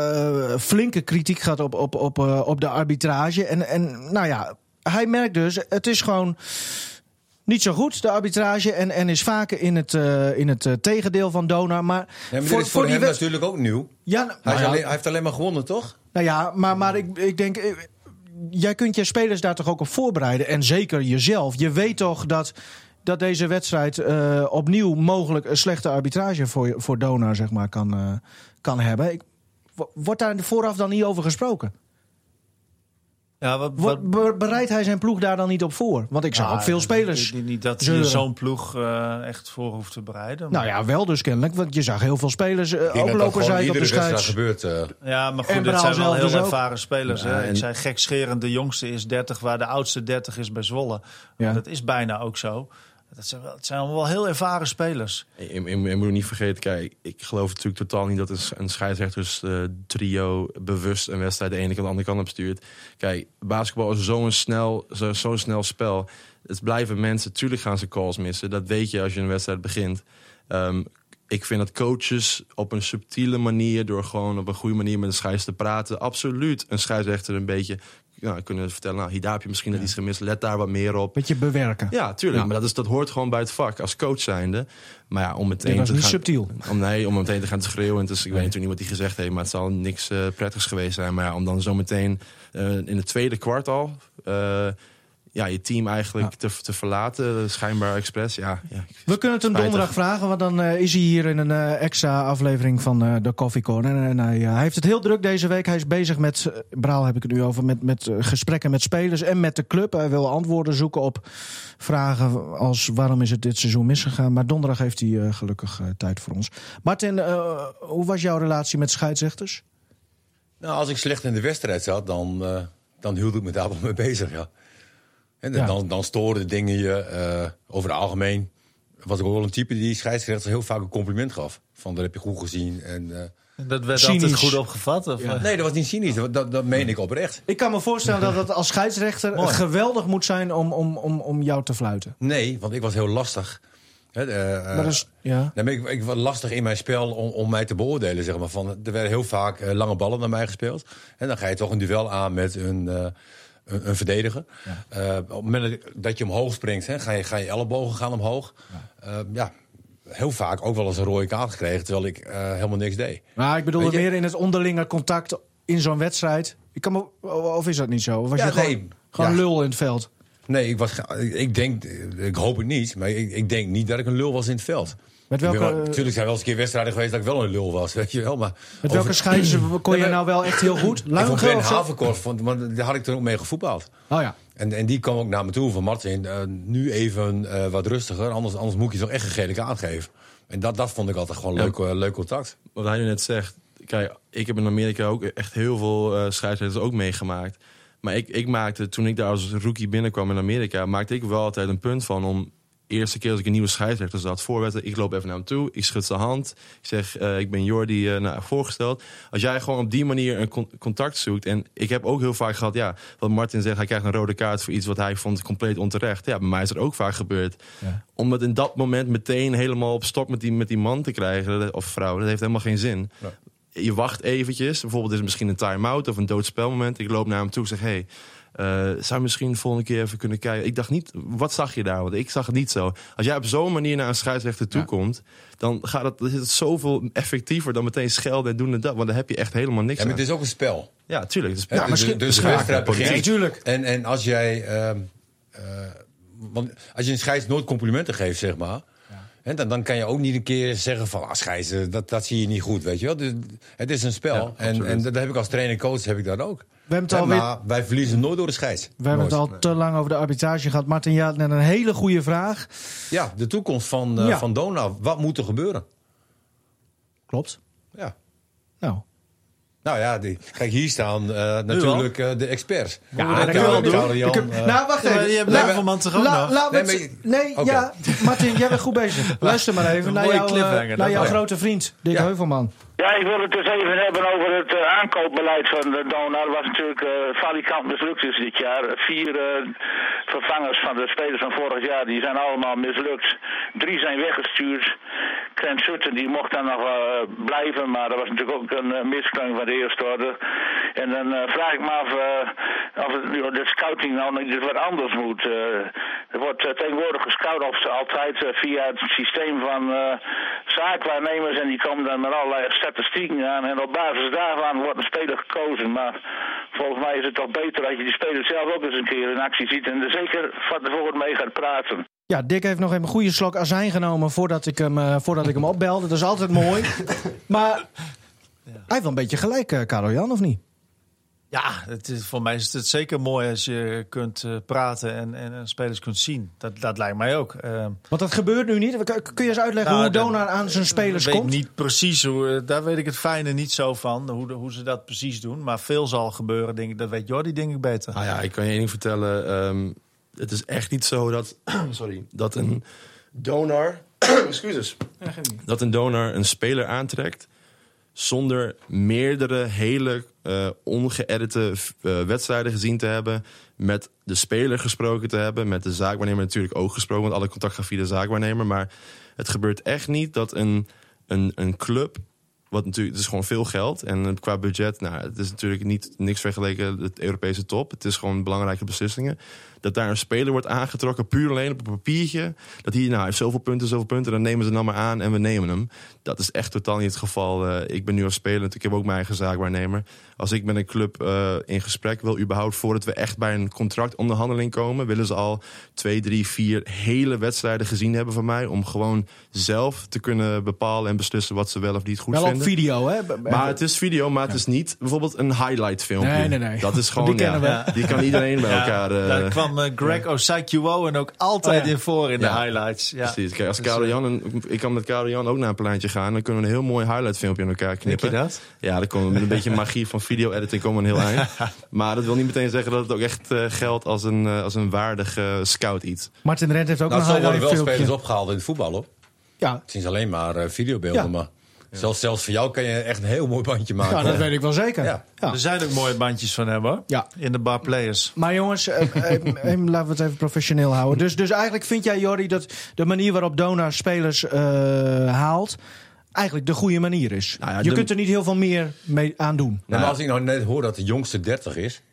flinke kritiek gehad op de arbitrage. En nou ja, hij merkt dus, het is gewoon niet zo goed, de arbitrage. En is vaker in het tegendeel van Donar. Maar dit is voor hem natuurlijk ook nieuw. Ja, Hij heeft alleen maar gewonnen, toch? Nou ja, maar ik denk, jij kunt je spelers daar toch ook op voorbereiden. En zeker jezelf. Je weet toch dat deze wedstrijd opnieuw mogelijk een slechte arbitrage voor Donar zeg maar, kan hebben. Wordt daar vooraf dan niet over gesproken? Ja, Bereidt hij zijn ploeg daar dan niet op voor? Want ik zag ook veel spelers. Niet dat je zo'n ploeg echt voor hoeft te bereiden. Nou ja, wel dus kennelijk. Want je zag heel veel spelers ook lopen zijn op de scheids. Gebeurt, ja, maar goed, dit zijn wel heel ervaren spelers. Hè? Ik zei gekscherend, de jongste is 30, waar de oudste 30 is bij Zwolle. Ja. Dat is bijna ook zo. Het zijn allemaal wel heel ervaren spelers. Je moet niet vergeten, kijk, ik geloof natuurlijk totaal niet dat een scheidsrechters trio bewust een wedstrijd de ene kant de andere kant op stuurt. Kijk, basketbal is zo'n snel spel. Het blijven mensen, tuurlijk gaan ze calls missen. Dat weet je als je een wedstrijd begint. Ik vind dat coaches op een subtiele manier, door gewoon op een goede manier met de scheids te praten, absoluut een scheidsrechter een beetje kunnen vertellen, nou, hier heb je misschien net iets gemist, let daar wat meer op. Beetje bewerken. Ja, tuurlijk, maar dat hoort gewoon bij het vak als coach zijnde. Maar ja, om meteen dat is niet subtiel. Om meteen te gaan schreeuwen. Dus ik weet natuurlijk niet wat hij gezegd heeft, maar het zal niks prettigs geweest zijn. Maar ja, om dan zo meteen in het tweede kwart al je team eigenlijk te verlaten, schijnbaar expres. Ja, we kunnen het hem donderdag vragen, want dan is hij hier in een extra aflevering van de Coffee Corner. En hij heeft het heel druk deze week. Hij is bezig met, Braal heb ik het nu over, met gesprekken met spelers en met de club. Hij wil antwoorden zoeken op vragen als waarom is het dit seizoen misgegaan. Maar donderdag heeft hij gelukkig tijd voor ons. Martin, hoe was jouw relatie met scheidsrechters? Nou, als ik slecht in de wedstrijd zat, dan hield ik me daar wel mee bezig, ja. En dan storen dingen je. Over het algemeen was ik ook wel een type die scheidsrechters heel vaak een compliment gaf. Van, dat heb je goed gezien. En, dat werd cynisch. altijd goed opgevat? Of? Ja. Nee, dat was niet cynisch. Dat meen ik oprecht. Ik kan me voorstellen dat het als scheidsrechter geweldig moet zijn om jou te fluiten. Nee, want ik was heel lastig. Ik was lastig in mijn spel om mij te beoordelen. Zeg maar. Er werden heel vaak lange ballen naar mij gespeeld. En dan ga je toch een duel aan met een verdediger. Ja. Op het moment dat je omhoog springt, ga je ellebogen gaan omhoog. Heel vaak ook wel eens een rode kaart gekregen, terwijl ik helemaal niks deed. Maar ik bedoel meer in het onderlinge contact in zo'n wedstrijd. Of is dat niet zo? Was je gewoon lul in het veld? Nee, ik hoop het niet, maar ik denk niet dat ik een lul was in het veld. Natuurlijk zijn wel eens een keer wedstrijden geweest dat ik wel een lul was, weet je wel. Maar met welke scheids kon je nou wel echt heel goed? Van Ben Haverkorf, want daar had ik toen ook mee gevoetbald. Oh ja. En die kwam ook naar me toe van Martin, nu even wat rustiger, anders moet je toch echt een gele kaart geven. En dat vond ik altijd gewoon leuk contact. Wat hij nu net zegt, kijk, ik heb in Amerika ook echt heel veel scheidsrechters ook meegemaakt. Maar ik maakte, toen ik daar als rookie binnenkwam in Amerika, maakte ik wel altijd een punt van om eerste keer als ik een nieuwe scheidsrechter zat, voorwetten, ik loop even naar hem toe, ik schud zijn hand, ik zeg, ik ben Jordi voorgesteld. Als jij gewoon op die manier een contact zoekt, en ik heb ook heel vaak gehad, wat Martin zegt, hij krijgt een rode kaart voor iets wat hij vond compleet onterecht. Ja, bij mij is dat ook vaak gebeurd. Ja. Om het in dat moment meteen helemaal op stok met die man te krijgen, of vrouw, dat heeft helemaal geen zin. Ja. Je wacht eventjes, bijvoorbeeld is het misschien een time-out of een doodspelmoment. Ik loop naar hem toe en zeg, zou je misschien de volgende keer even kunnen kijken? Ik dacht niet, wat zag je daar? Want ik zag het niet zo. Als jij op zo'n manier naar een scheidsrechter toe komt, dan is het zoveel effectiever dan meteen schelden en doen en dat. Want dan heb je echt helemaal niks aan. Maar het is ook een spel. Ja, tuurlijk. Het is misschien dus de wedstrijd begint. Natuurlijk. En als jij... want als je een scheids nooit complimenten geeft, zeg maar... En dan kan je ook niet een keer zeggen van... scheids, dat zie je niet goed, weet je wel. Dus, het is een spel. Ja, en dat heb ik als trainer-coach heb ik dat ook. Maar wij verliezen nooit door de scheids. We hebben het al te lang over de arbitrage gehad. Martin, je had net een hele goede vraag. Ja, de toekomst van Donau. Wat moet er gebeuren? Klopt. Ja. Nou ja, kijk, hier staan natuurlijk de experts. Ja, dat kunnen we wel doen. Nou, wacht even. Je hebt Heuvelman toch ook nog? Martin, jij bent goed bezig. Luister maar even naar jouw grote vriend, Dick Heuvelman. Ja, ik wil het dus even hebben over het aankoopbeleid van de Donau. Dat was natuurlijk valikant mislukt dus dit jaar. 4 vervangers van de spelers van vorig jaar, die zijn allemaal mislukt. 3 zijn weggestuurd. Trent Sutton, die mocht dan nog blijven, maar dat was natuurlijk ook een misklank van de eerste orde. En dan vraag ik me af of de scouting nou niet wat anders moet. Er wordt tegenwoordig gescout altijd via het systeem van zaakwaarnemers en die komen dan met allerlei statistieken aan en op basis daarvan wordt een speler gekozen. Maar volgens mij is het toch beter dat je die speler zelf ook eens een keer in actie ziet en er zeker van tevoren mee gaat praten. Ja, Dick heeft nog even een goede slok azijn genomen voordat ik hem opbelde. Dat is altijd mooi. Maar hij heeft wel een beetje gelijk, Karel-Jan, of niet? Ja, voor mij is het zeker mooi als je kunt praten en spelers kunt zien. Dat lijkt mij ook. Want dat gebeurt nu niet. Kun je eens uitleggen hoe Donau aan zijn spelers komt? Ik weet niet precies daar weet ik het fijne niet zo van, hoe ze dat precies doen. Maar veel zal gebeuren, denk ik. Dat weet Jordi, denk ik, beter. Nou ja, ik kan je één ding vertellen. Het is echt niet zo dat een donor dat een donor een speler aantrekt zonder meerdere hele ongeëdite wedstrijden gezien te hebben, met de speler gesproken te hebben, met de zaakwaarnemer natuurlijk ook gesproken, want alle contact gaat via de zaakwaarnemer. Maar het gebeurt echt niet dat een club, wat natuurlijk, het is gewoon veel geld. En qua budget, het is natuurlijk niks vergeleken met de Europese top. Het is gewoon belangrijke beslissingen. Dat daar een speler wordt aangetrokken, puur alleen op een papiertje. Dat hij heeft zoveel punten, dan nemen ze dan maar aan en we nemen hem. Dat is echt totaal niet het geval. Ik ben nu als speler, ik heb ook mijn eigen zaakwaarnemer. Als ik met een club in gesprek wil, überhaupt voordat we echt bij een contractonderhandeling komen, willen ze al 2, 3, 4 hele wedstrijden gezien hebben van mij, om gewoon zelf te kunnen bepalen en beslissen wat ze wel of niet goed vinden. Wel op video, hè? Maar het is video, maar het is niet bijvoorbeeld een highlight filmpje. Nee. Dat is gewoon, die kan iedereen bij elkaar. Daar kwam Greg Osakjuwo ook altijd in voor in de highlights. Ja. Precies. Kijk, als ik kan met Karel-Jan ook naar een pleintje gaan, dan kunnen we een heel mooi highlight filmpje in elkaar knippen. Denk je dat? Ja, dan komen we met een beetje magie van video-editing komen we een heel eind. Maar dat wil niet meteen zeggen dat het ook echt geldt als een waardig scout iets. Martin Rent heeft ook een highlight filmpje. Zo worden wel spelers opgehaald in het voetbal, hoor. Ja. Het is alleen maar videobeelden, maar zelfs voor jou kan je echt een heel mooi bandje maken. Ja, dat weet ik wel zeker. Ja. Er zijn ook mooie bandjes van hem, hoor. Ja. In de bar players. Maar jongens, laten we het even professioneel houden. Dus eigenlijk vind jij, Jordi, dat de manier waarop Donau spelers haalt eigenlijk de goede manier is. Nou ja, je kunt er niet heel veel meer mee aan doen. Maar als ik nou net hoor dat de jongste 30 is.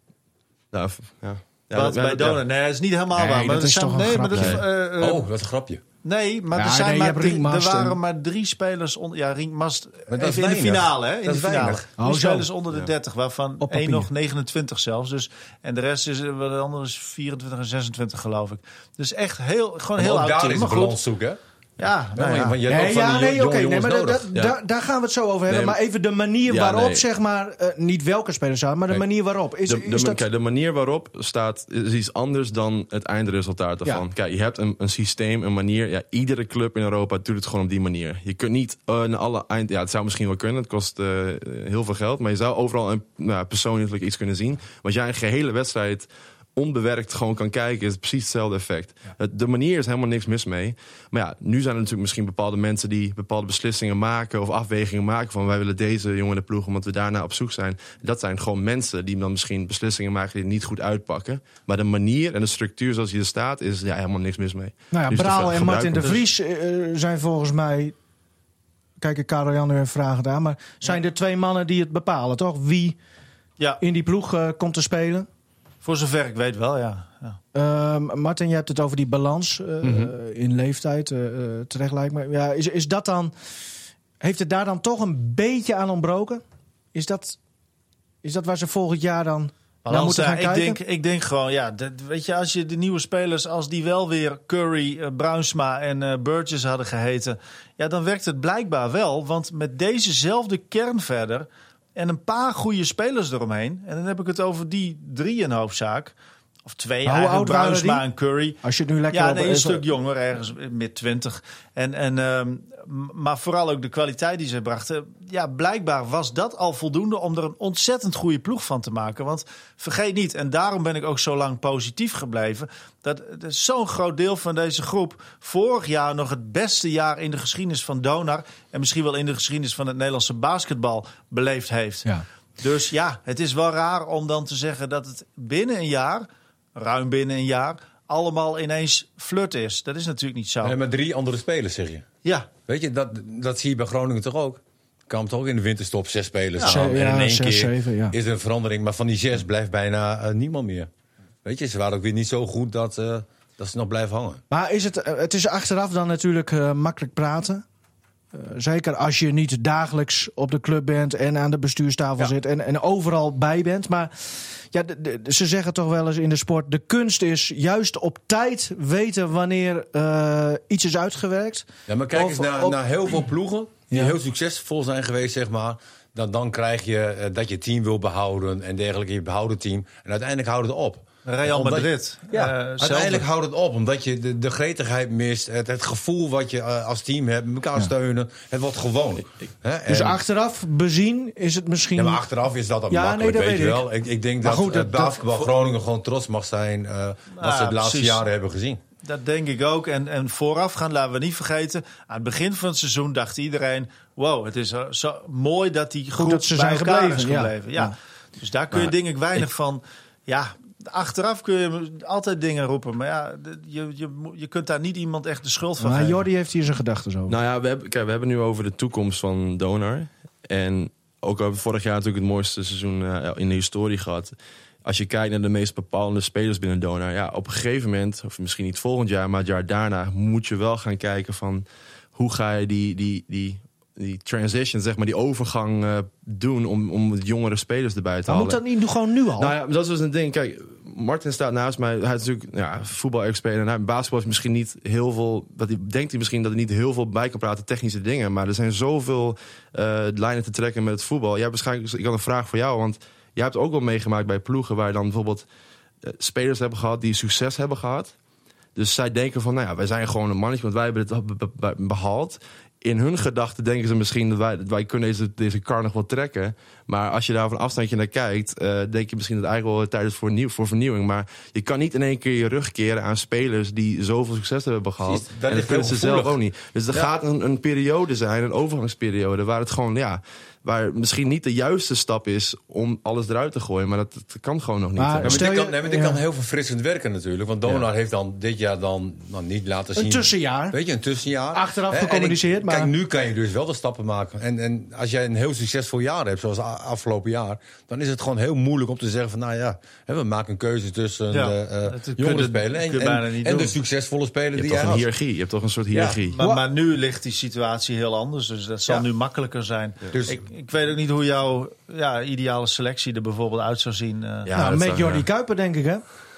Nou, Bij Donau? Nee, dat is niet helemaal waar. Maar dat is toch een grapje. Dat is een grapje. Nee, maar er waren maar 3 spelers onder. Ja, Rinkmast in de finale, hè? In de finale. 3 spelers onder de 30, waarvan 1 nog 29 zelfs. Dus, en de rest is de andere is 24 en 26, geloof ik. Dus echt heel oud team. Daar is een balans zoeken, hè? Ja, daar gaan we het zo over hebben. Maar even de manier waarop, zeg maar, niet welke spelers zijn, maar de manier waarop. De manier waarop is iets anders dan het eindresultaat ervan. Ja. Kijk, je hebt een systeem, een manier. Ja, iedere club in Europa doet het gewoon op die manier. Je kunt niet alle eind. Ja, het zou misschien wel kunnen. Het kost heel veel geld, maar je zou overal persoonlijk iets kunnen zien. Want jij een gehele wedstrijd onbewerkt gewoon kan kijken, is het precies hetzelfde effect. Ja. De manier is helemaal niks mis mee. Maar ja, nu zijn er natuurlijk misschien bepaalde mensen die bepaalde beslissingen maken of afwegingen maken van wij willen deze jongen de ploeg omdat we daarna op zoek zijn. Dat zijn gewoon mensen die dan misschien beslissingen maken die niet goed uitpakken. Maar de manier en de structuur zoals die er staat is helemaal niks mis mee. Nou ja, Braal en Martin de Vries zijn volgens mij... Kijk, ik Karel-Jan nu even vragen aan. Maar zijn er 2 mannen die het bepalen, toch? Wie in die ploeg komt te spelen? Voor zover ik weet wel, ja. Martin, je hebt het over die balans in leeftijd. Terecht lijkt me. Ja, is dat dan... Heeft het daar dan toch een beetje aan ontbroken? Is dat waar ze volgend jaar dan... Nou, moeten gaan kijken? Ik denk gewoon, weet je, als je de nieuwe spelers, als die wel weer Curry, Bruinsma en Burgess hadden geheten, dan werkt het blijkbaar wel. Want met dezezelfde kern verder en een paar goede spelers eromheen, en dan heb ik het over die 3 in hoofdzaak, of 2 eigenlijk, Bruinsma en Curry. Als je het nu lekker een stuk jonger, ergens mid-20. Maar vooral ook de kwaliteit die ze brachten. Ja, blijkbaar was dat al voldoende om er een ontzettend goede ploeg van te maken. Want vergeet niet, en daarom ben ik ook zo lang positief gebleven, dat zo'n groot deel van deze groep vorig jaar nog het beste jaar in de geschiedenis van Donar en misschien wel in de geschiedenis van het Nederlandse basketbal beleefd heeft. Ja. Dus het is wel raar om dan te zeggen dat het ruim binnen een jaar, allemaal ineens flirt is. Dat is natuurlijk niet zo. Nee, maar 3 andere spelers, zeg je. Ja. Weet je, dat zie je bij Groningen toch ook. Kwam toch ook in de winterstop 6 spelers. Ja. En in één 6, keer 7, is er een verandering. Maar van die 6 blijft bijna niemand meer. Weet je, ze waren ook weer niet zo goed dat ze nog blijven hangen. Maar het is achteraf dan natuurlijk makkelijk praten. Zeker als je niet dagelijks op de club bent en aan de bestuurstafel zit en overal bij bent. Maar ze zeggen toch wel eens in de sport, de kunst is juist op tijd weten wanneer iets is uitgewerkt. Ja, maar kijk eens naar heel veel ploegen die heel succesvol zijn geweest, zeg maar. Dan krijg je dat je team wil behouden en dergelijke. Je behoudt het team en uiteindelijk houdt het op. Real Madrid. Uiteindelijk houdt het op, omdat je de gretigheid mist. Het gevoel wat je als team hebt, elkaar steunen. Het wordt gewoon. Dus achteraf bezien is het misschien... Ja, maar achteraf is dat makkelijk, weet je wel. Ik denk dat basketbal Groningen gewoon trots mag zijn wat ze de laatste jaren hebben gezien. Dat denk ik ook. En voorafgaan, laten we niet vergeten, aan het begin van het seizoen dacht iedereen, wow, het is zo mooi dat die groep dat ze bij zijn elkaar gebleven. is gebleven. Dus daar kun je denk ik weinig van... Ja, achteraf kun je altijd dingen roepen. Maar je kunt daar niet iemand echt de schuld van geven. Jordi heeft hier zijn gedachten over. Nou ja, we hebben nu over de toekomst van Donar. En ook hebben we vorig jaar natuurlijk het mooiste seizoen in de historie gehad. Als je kijkt naar de meest bepalende spelers binnen Donar, op een gegeven moment, of misschien niet volgend jaar, maar het jaar daarna, moet je wel gaan kijken van hoe ga je die transition, zeg maar, die overgang doen om jongere spelers erbij te halen. Moet dat niet gewoon nu al? Nou ja, dat is dus een ding. Kijk, Martin staat naast mij. Hij is natuurlijk voetbal-expert. En basketbal is misschien niet heel veel... Denkt hij misschien dat hij niet heel veel bij kan praten, technische dingen. Maar er zijn zoveel lijnen te trekken met het voetbal. Jij waarschijnlijk, ik had een vraag voor jou, want jij hebt ook wel meegemaakt bij ploegen waar dan bijvoorbeeld spelers hebben gehad die succes hebben gehad. Dus zij denken van, wij zijn gewoon een mannetje, want wij hebben het behaald. In hun gedachten denken ze misschien dat wij kunnen deze kar nog wel trekken. Maar als je daar van afstandje naar kijkt, denk je misschien dat het eigenlijk wel tijd is voor vernieuwing. Maar je kan niet in één keer je rug keren aan spelers die zoveel succes hebben gehad. En dat kunnen ze zelf ook niet. Dus er gaat een periode zijn, een overgangsperiode, waar het gewoon, waar misschien niet de juiste stap is om alles eruit te gooien. Maar dat kan gewoon nog niet. Maar dit kan heel verfrissend werken natuurlijk. Want Donar heeft dan dit jaar niet laten zien. Een tussenjaar. Weet je, een tussenjaar. Achteraf gecommuniceerd. Kijk, nu kan je dus wel de stappen maken. En als jij een heel succesvol jaar hebt, zoals afgelopen jaar, dan is het gewoon heel moeilijk om te zeggen van, we maken een keuze tussen jongere spelers en de succesvolle speler die jij had. Je hebt toch een soort hiërarchie. Maar nu ligt die situatie heel anders. Dus dat zal nu makkelijker zijn. Dus ik weet ook niet hoe jouw ideale selectie er bijvoorbeeld uit zou zien. Met Jordi Kuiper, denk ik, hè?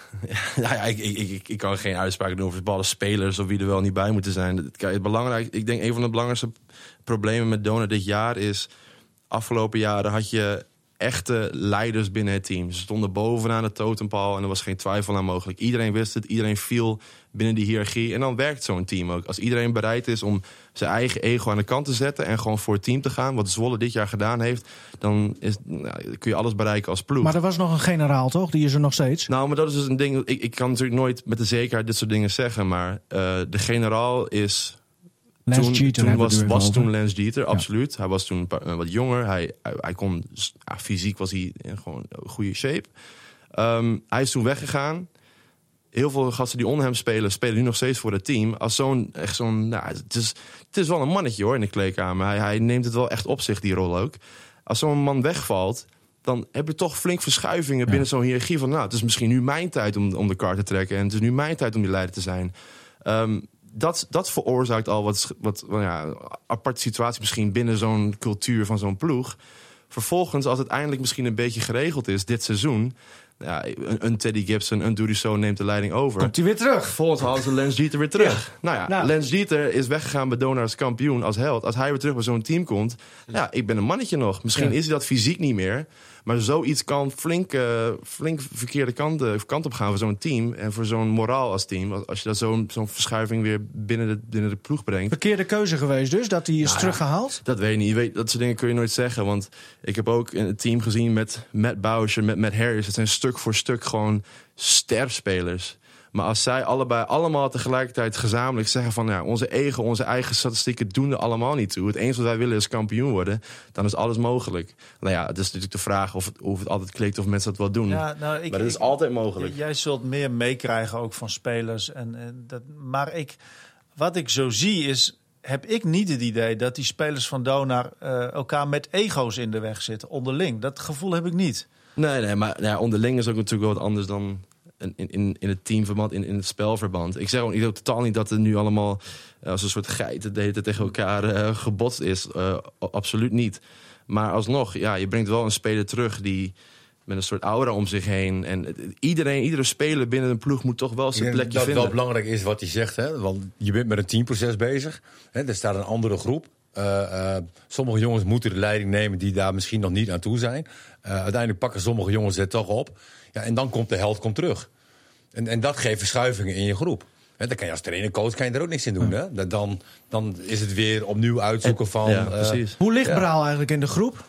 Ik kan geen uitspraak doen over ballen spelers of wie er wel niet bij moeten zijn. Ik denk een van de belangrijkste problemen met Donar dit jaar is, afgelopen jaren had je echte leiders binnen het team. Ze stonden bovenaan het totempaal en er was geen twijfel aan mogelijk. Iedereen wist het, iedereen viel binnen die hiërarchie. En dan werkt zo'n team ook. Als iedereen bereid is om zijn eigen ego aan de kant te zetten en gewoon voor het team te gaan, wat Zwolle dit jaar gedaan heeft, dan kun je alles bereiken als ploeg. Maar er was nog een generaal, toch? Die is er nog steeds. Nou, maar dat is dus een ding. Ik kan natuurlijk nooit met de zekerheid dit soort dingen zeggen, maar de generaal is... Lance Jeter was toen Lance Jeter, absoluut. Hij was toen wat jonger. Hij kon, fysiek was hij in gewoon goede shape. Hij is toen weggegaan. Heel veel gasten die onder hem spelen nu nog steeds voor het team. Als het is wel een mannetje hoor in de kleedkamer. Hij neemt het wel echt op zich, die rol ook. Als zo'n man wegvalt, dan heb je toch flink verschuivingen binnen zo'n hiërarchie van, het is misschien nu mijn tijd om de kar te trekken en het is nu mijn tijd om die leider te zijn. Dat veroorzaakt al wat aparte situatie misschien binnen zo'n cultuur van zo'n ploeg. Vervolgens, als het eindelijk misschien een beetje geregeld is dit seizoen, een Teddy Gibson, een Duriso neemt de leiding over. Komt hij weer terug? Vervolgens halen ze Lance Jeter weer terug. Lance Jeter is weggegaan bij Donar als kampioen, als held. Als hij weer terug bij zo'n team komt, ik ben een mannetje nog. Misschien is hij dat fysiek niet meer. Maar zoiets kan flink verkeerde kant op gaan voor zo'n team. En voor zo'n moraal als team. Als je dat zo'n verschuiving weer binnen de ploeg brengt. Verkeerde keuze geweest dus, dat hij is teruggehaald? Dat weet ik niet. Dat soort dingen kun je nooit zeggen. Want ik heb ook een team gezien met Matt Boucher, met Matt Harris. Het zijn stuk voor stuk gewoon sterspelers. Maar als zij allemaal tegelijkertijd gezamenlijk zeggen van onze ego, onze eigen statistieken doen er allemaal niet toe. Het enige wat wij willen is kampioen worden. Dan is alles mogelijk. Het is natuurlijk de vraag of het altijd klikt of mensen dat wel doen. Ja, maar dat is altijd mogelijk. Jij zult meer meekrijgen ook van spelers. Maar wat ik zo zie is, heb ik niet het idee dat die spelers van Donar elkaar met ego's in de weg zitten. Onderling. Dat gevoel heb ik niet. Nee, maar onderling is ook natuurlijk wel wat anders dan in het teamverband, in het spelverband. Ik zeg ook totaal niet dat het nu allemaal als een soort geiten tegen elkaar gebotst is. Absoluut niet. Maar alsnog, je brengt wel een speler terug die met een soort aura om zich heen. En iedere speler binnen een ploeg moet toch wel zijn plekje vinden. Dat wel belangrijk is wat hij zegt. Hè? Want je bent met een teamproces bezig. Hè? Er staat een andere groep. Sommige jongens moeten de leiding nemen die daar misschien nog niet aan toe zijn. Uiteindelijk pakken sommige jongens het toch op. En dan komt de held terug. En dat geeft verschuivingen in je groep. Dan kan je als trainer-coach er ook niks in doen. Hè? Dan is het weer opnieuw uitzoeken van... precies. Hoe ligt Braal eigenlijk in de groep?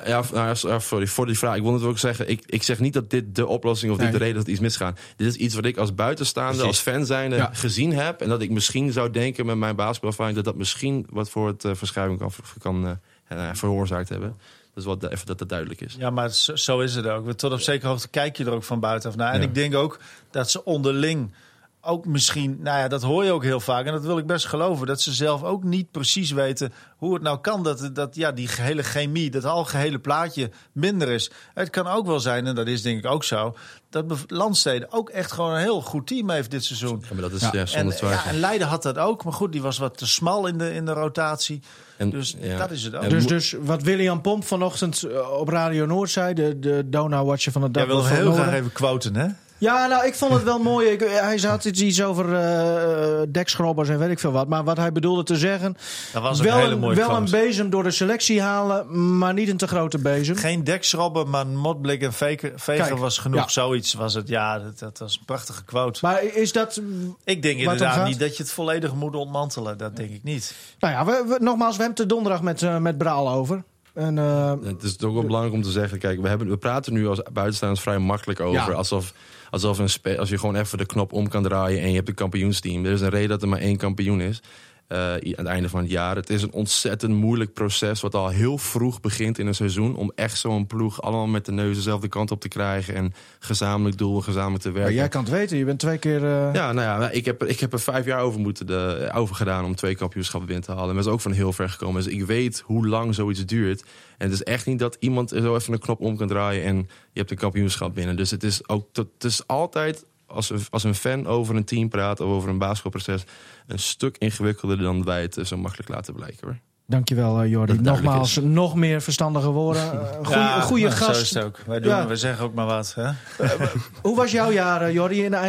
Sorry voor die vraag. Ik wil het ook zeggen. Ik zeg niet dat dit de oplossing of dit de reden dat iets misgaat. Dit is iets wat ik als buitenstaander, als fan zijnde gezien heb. En dat ik misschien zou denken met mijn basketbalervaring dat misschien wat voor het verschuiving kan veroorzaakt hebben. Dus even dat het duidelijk is. Ja, maar zo is het ook. Tot op zekere hoogte kijk je er ook van buitenaf naar. En ik denk ook dat ze onderling ook misschien, dat hoor je ook heel vaak. En dat wil ik best geloven. Dat ze zelf ook niet precies weten hoe het nou kan dat die hele chemie, dat algehele plaatje minder is. Het kan ook wel zijn, en dat is denk ik ook zo, dat Landstede ook echt gewoon een heel goed team heeft dit seizoen. Ja, maar dat is zonder twijfel. En Leiden had dat ook. Maar goed, die was wat te smal in de rotatie. Dus dat is het ook. Dus wat William Pomp vanochtend op Radio Noord zei, de Donar-watcher van het dag. Jij wil heel graag even quoten, hè? Ja, ik vond het wel mooi. Hij had iets over dekschrobbers en weet ik veel wat. Maar wat hij bedoelde te zeggen, dat was een hele mooie wel een bezem door de selectie halen, maar niet een te grote bezem. Geen dekschrobber, maar motblik en veger was genoeg. Ja. Zoiets was het. Ja, dat was een prachtige quote. Maar is dat... Ik denk inderdaad niet dat je het volledig moet ontmantelen. Dat denk ik niet. Nou ja, nogmaals, we hebben het donderdag met Braal over. En, het is toch wel belangrijk om te zeggen, kijk, we praten nu als buitenstaanders vrij makkelijk over. Ja. Alsof als je gewoon even de knop om kan draaien en je hebt een kampioensteam. Er is een reden dat er maar 1 kampioen is. Aan het einde van het jaar. Het is een ontzettend moeilijk proces wat al heel vroeg begint in een seizoen. Om echt zo'n ploeg allemaal met de neus dezelfde kant op te krijgen. En gezamenlijk doel, gezamenlijk te werken. Maar jij kan het weten, je bent 2 keer... Ik heb er 5 jaar over gedaan om 2 kampioenschappen binnen te halen. En dat is ook van heel ver gekomen. Dus ik weet hoe lang zoiets duurt. En het is echt niet dat iemand zo even een knop om kan draaien en je hebt een kampioenschap binnen. Dus het is altijd... Als een fan over een team praat of over een basketbalproces een stuk ingewikkelder dan wij het zo makkelijk laten blijken, hoor. Dankjewel, Jordi. Nogmaals, nog meer verstandige woorden. Goeie gast. Zo is het ook. Wij zeggen ook maar wat. Hè? Hoe was jouw jaar, Jordi, in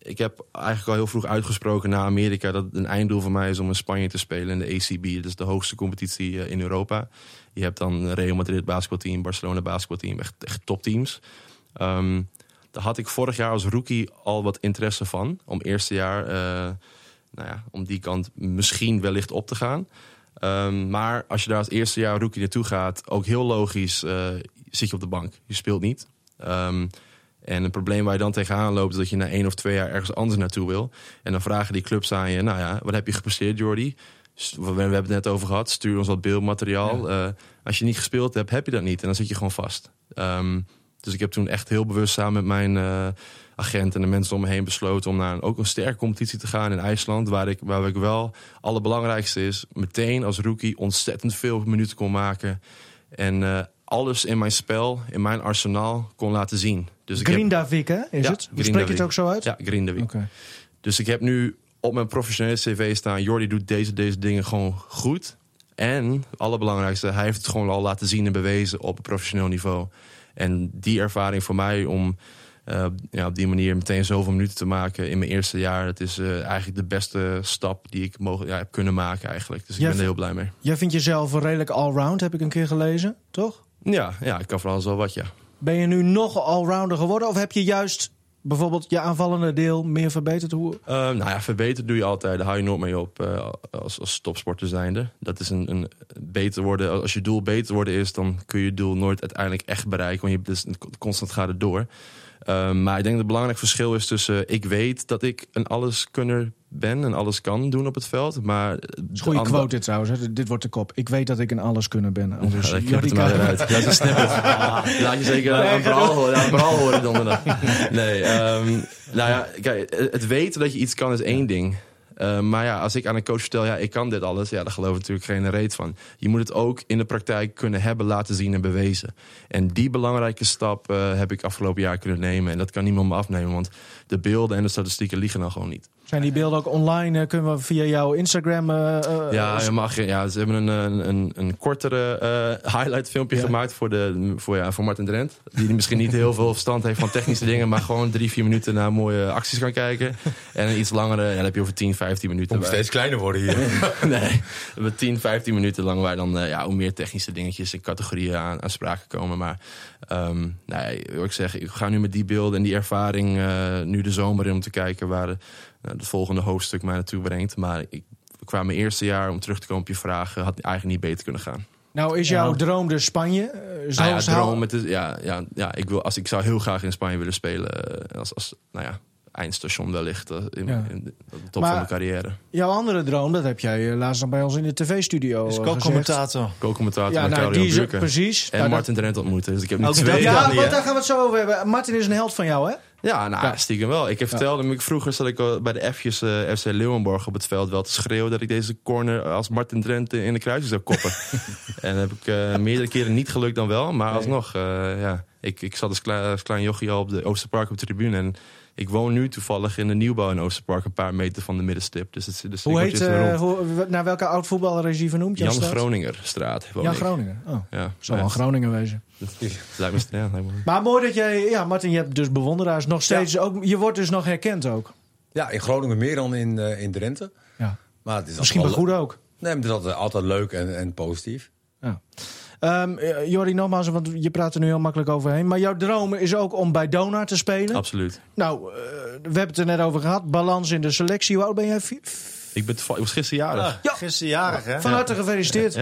ik heb eigenlijk al heel vroeg uitgesproken naar Amerika dat een einddoel voor mij is om in Spanje te spelen in de ACB. Dat is de hoogste competitie in Europa. Je hebt dan Real Madrid basketbalteam, Barcelona basketbalteam, echt topteams. Daar had ik vorig jaar als rookie al wat interesse van. Om eerste jaar, om die kant misschien wellicht op te gaan. Maar als je daar als eerste jaar rookie naartoe gaat, ook heel logisch, zit je op de bank. Je speelt niet. En het probleem waar je dan tegenaan loopt is dat je na 1 of 2 jaar ergens anders naartoe wil. En dan vragen die clubs aan je, wat heb je gepresteerd, Jordi? We hebben het net over gehad, stuur ons wat beeldmateriaal. Ja. Als je niet gespeeld hebt, heb je dat niet. En dan zit je gewoon vast. Dus ik heb toen echt heel bewust samen met mijn agent en de mensen om me heen besloten om naar ook een sterke competitie te gaan in IJsland. Waar ik wel, allerbelangrijkste is, meteen als rookie ontzettend veel minuten kon maken. En alles in mijn spel, in mijn arsenaal kon laten zien. Dus Grindavik, hè? Is het? Spreek je het ook zo uit? Ja, Grindavik. Okay. Dus ik heb nu op mijn professionele cv staan, Jordi doet deze dingen gewoon goed. En, allerbelangrijkste, hij heeft het gewoon al laten zien en bewezen op een professioneel niveau. En die ervaring voor mij om op die manier meteen zoveel minuten te maken in mijn eerste jaar, dat is eigenlijk de beste stap die ik heb kunnen maken eigenlijk. Dus ik ben er heel blij mee. Jij vindt jezelf redelijk allround, heb ik een keer gelezen, toch? Ja, ik kan vooral zo wat, ja. Ben je nu nog allrounder geworden of heb je juist bijvoorbeeld je aanvallende deel meer verbeterd? Verbeterd doe je altijd. Daar hou je nooit mee op als topsporter zijnde. Dat is een beter worden. Als je doel beter worden is, dan kun je doel nooit uiteindelijk echt bereiken. Want constant gaat het door. Maar ik denk dat het belangrijk verschil is tussen ik weet dat ik een alleskunner ben en alles kan doen op het veld. Maar goeie quote dit trouwens, hè? Dit wordt de kop. Ik weet dat ik een alleskunner ben. Dus ik heb het er maar weer uit. Ja, dat snippet. Laat je zeker een verhaal horen donderdag. Nee, kijk, het weten dat je iets kan is één ding. Maar als ik aan een coach vertel, ik kan dit alles, daar geloof ik natuurlijk geen reet van. Je moet het ook in de praktijk kunnen hebben, laten zien en bewezen. En die belangrijke stap heb ik afgelopen jaar kunnen nemen. En dat kan niemand me afnemen, want de beelden en de statistieken liegen dan gewoon niet. Zijn die beelden ook online? Kunnen we via jouw Instagram... je mag. Ja, ze hebben een kortere highlight filmpje gemaakt voor Martin Drent. Die misschien niet heel veel verstand heeft van technische dingen, maar gewoon 3-4 minuten naar mooie acties kan kijken. En een iets langere, dan heb je over 10-15 minuten. Moet steeds kleiner worden hier. Nee, we 10-15 minuten lang waar dan hoe meer technische dingetjes en categorieën aan sprake komen. Maar wil ik zeggen, ik ga nu met die beelden en die ervaring nu de zomer in om te kijken waar het volgende hoofdstuk mij naartoe brengt. Maar qua mijn eerste jaar, om terug te komen op je vraag, had eigenlijk niet beter kunnen gaan. Nou, is jouw droom dus Spanje? Ik zou heel graag in Spanje willen spelen als eindstation wellicht in de top van mijn carrière. Jouw andere droom, dat heb jij laatst nog bij ons in de tv-studio is co-commentator. Co-commentator met Claudio Buurken. Precies. En Martin Drent ontmoeten. Dus ik heb nu want daar gaan we het zo over hebben. Martin is een held van jou, hè? Ja, stiekem wel. Ik vertelde me, vroeger zat ik bij de F'jes FC Leeuwenborg op het veld wel te schreeuwen dat ik deze corner als Martin Drent in de kruising zou koppen. En dat heb ik meerdere keren niet gelukt dan wel. Maar alsnog, ik zat als klein jochie al op de Oosterpark op de tribune. En ik woon nu toevallig in de nieuwbouw in Oosterpark, een paar meter van de middenstip. Dus hoe heet, naar welke oud voetballer is hij vernoemd? Jan Groningerstraat. Jan Groninger. Zou wel Groningen wezen. Lijkt me. Maar mooi dat jij, Martin, je hebt dus bewonderaars nog steeds. Ook, je wordt dus nog herkend ook. Ja, in Groningen meer dan in Drenthe. Ja. Maar het is misschien wel goed ook. Nee, maar het is altijd leuk en positief. Ja. Jordi, nogmaals, want je praat er nu heel makkelijk overheen. Maar jouw droom is ook om bij Donar te spelen? Absoluut. Nou, we hebben het er net over gehad. Balans in de selectie. Hoe oud ben jij? Ik was gisteren jarig. Ja, gisteren jarig, hè? Van harte gefeliciteerd.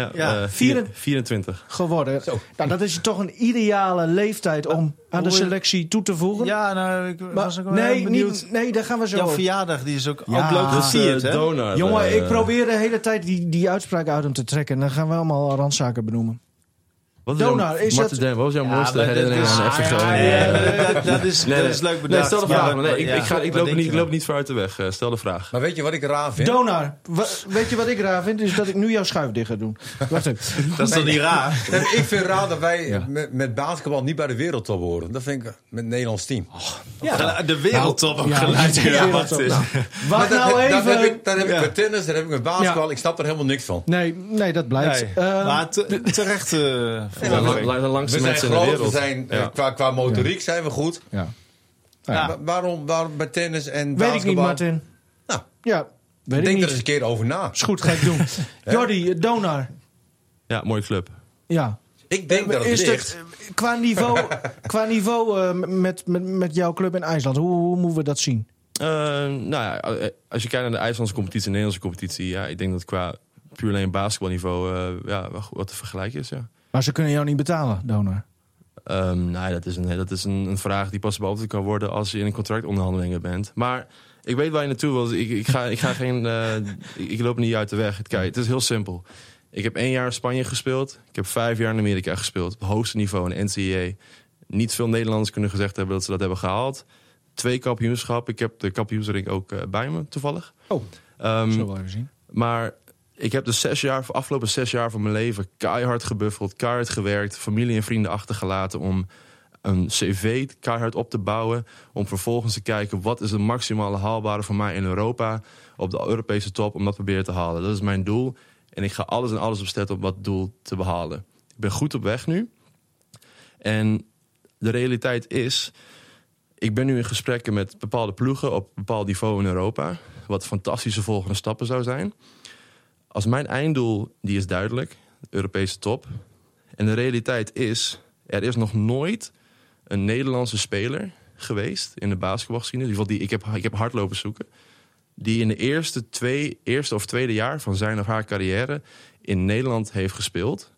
24 geworden. Nou, dat is toch een ideale leeftijd om aan de selectie toe te voegen. Ja, ik was ook wel benieuwd. Nee, daar gaan we zo. Jouw verjaardag, die is ook leuk gevierd, hè? Donar, jongen, ik probeer de hele tijd die uitspraak uit hem te trekken. En dan gaan we allemaal randzaken benoemen. Donar, wat was jouw mooiste herinnering aan FC Groningen? Dat is leuk bedacht. Stel de vraag. Ik loop niet vooruit de weg. Stel de vraag. Maar weet je wat ik raar vind? Donar, weet je wat ik raar vind? Is dat ik nu jouw schuif dicht ga doen. Wacht even. Dat is toch niet raar? Ik vind raar dat wij met basketbal niet bij de wereldtop horen. Dat vind ik met het Nederlands team. De wereldtop ook gelijk. Wacht nou even. Dat heb ik met tennis, dat heb ik met basketbal. Ik snap er helemaal niks van. Nee, dat blijkt. Maar terecht... De langste we mensen zijn in de groot, wereld. qua motoriek zijn we goed. Ja. Waarom bij tennis en Weet basketbal? ik niet, Martin. Nou, Ja, weet ik denk niet. er eens een keer over na. Is goed, ga ik doen. Jordi, Donar. Ja, mooie club. Ja. Ik denk dat het Is ligt. het qua niveau met jouw club in IJsland, hoe moeten we dat zien? Als je kijkt naar de IJslandse competitie en de Nederlandse competitie... ja, ik denk dat qua puur alleen basketbalniveau wat te vergelijken is, ja. Maar ze kunnen jou niet betalen, Donar. Dat is een vraag die pas beantwoord kan worden als je in een contractonderhandelingen bent. Maar ik weet waar je naartoe wil. Ik loop niet uit de weg. Kijk, het is heel simpel. Ik heb 1 jaar in Spanje gespeeld. Ik heb 5 jaar in Amerika gespeeld. Op het hoogste niveau in de NCAA. Niet veel Nederlanders kunnen gezegd hebben dat ze dat hebben gehaald. 2 kampioenschappen. Ik heb de kampioensring ook bij me, toevallig. Zullen we wel even zien. Maar ik heb de afgelopen 6 jaar van mijn leven keihard gebuffeld, keihard gewerkt, familie en vrienden achtergelaten om een cv keihard op te bouwen. Om vervolgens te kijken wat is de maximale haalbare voor mij in Europa op de Europese top om dat proberen te halen. Dat is mijn doel. En ik ga alles en alles opzetten om dat doel te behalen. Ik ben goed op weg nu. En de realiteit is, ik ben nu in gesprekken met bepaalde ploegen op een bepaald niveau in Europa. Wat fantastische volgende stappen zou zijn. Als mijn einddoel, die is duidelijk, de Europese top. En de realiteit is, er is nog nooit een Nederlandse speler geweest in de basketbalgeschiedenis. In ieder geval ik heb hard lopen zoeken. Die in de eerste of tweede jaar van zijn of haar carrière in Nederland heeft gespeeld.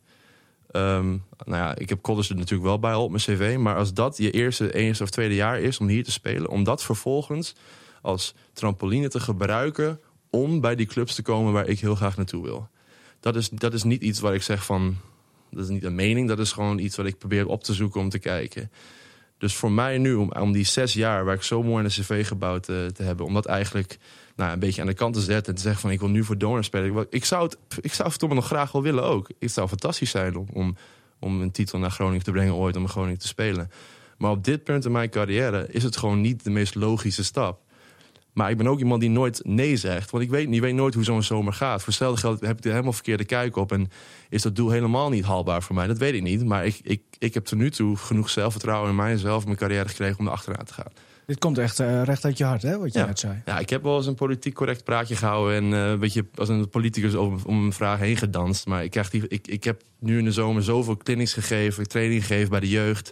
Ik heb college er natuurlijk wel bij op mijn cv. Maar als dat je eerste of tweede jaar is om hier te spelen, om dat vervolgens als trampoline te gebruiken om bij die clubs te komen waar ik heel graag naartoe wil. Dat is niet iets waar ik zeg van, dat is niet een mening, dat is gewoon iets wat ik probeer op te zoeken om te kijken. Dus voor mij nu, om die 6 jaar waar ik zo mooi in de cv gebouwd te hebben, om dat eigenlijk een beetje aan de kant te zetten en te zeggen van ik wil nu voor Donar spelen. Ik zou het nog graag wel willen ook. Het zou fantastisch zijn om een titel naar Groningen te brengen ooit, om in Groningen te spelen. Maar op dit punt in mijn carrière is het gewoon niet de meest logische stap. Maar ik ben ook iemand die nooit nee zegt. Want je weet nooit hoe zo'n zomer gaat. Voor hetzelfde geld heb ik er helemaal verkeerde kijk op. En is dat doel helemaal niet haalbaar voor mij. Dat weet ik niet. Maar ik heb tot nu toe genoeg zelfvertrouwen in mijzelf en mijn carrière gekregen om er achteraan te gaan. Dit komt echt recht uit je hart, hè, wat je net zei. Ja, ik heb wel eens een politiek correct praatje gehouden. En een beetje als een politicus om een vraag heen gedanst. Maar ik heb nu in de zomer zoveel clinics gegeven, training gegeven bij de jeugd.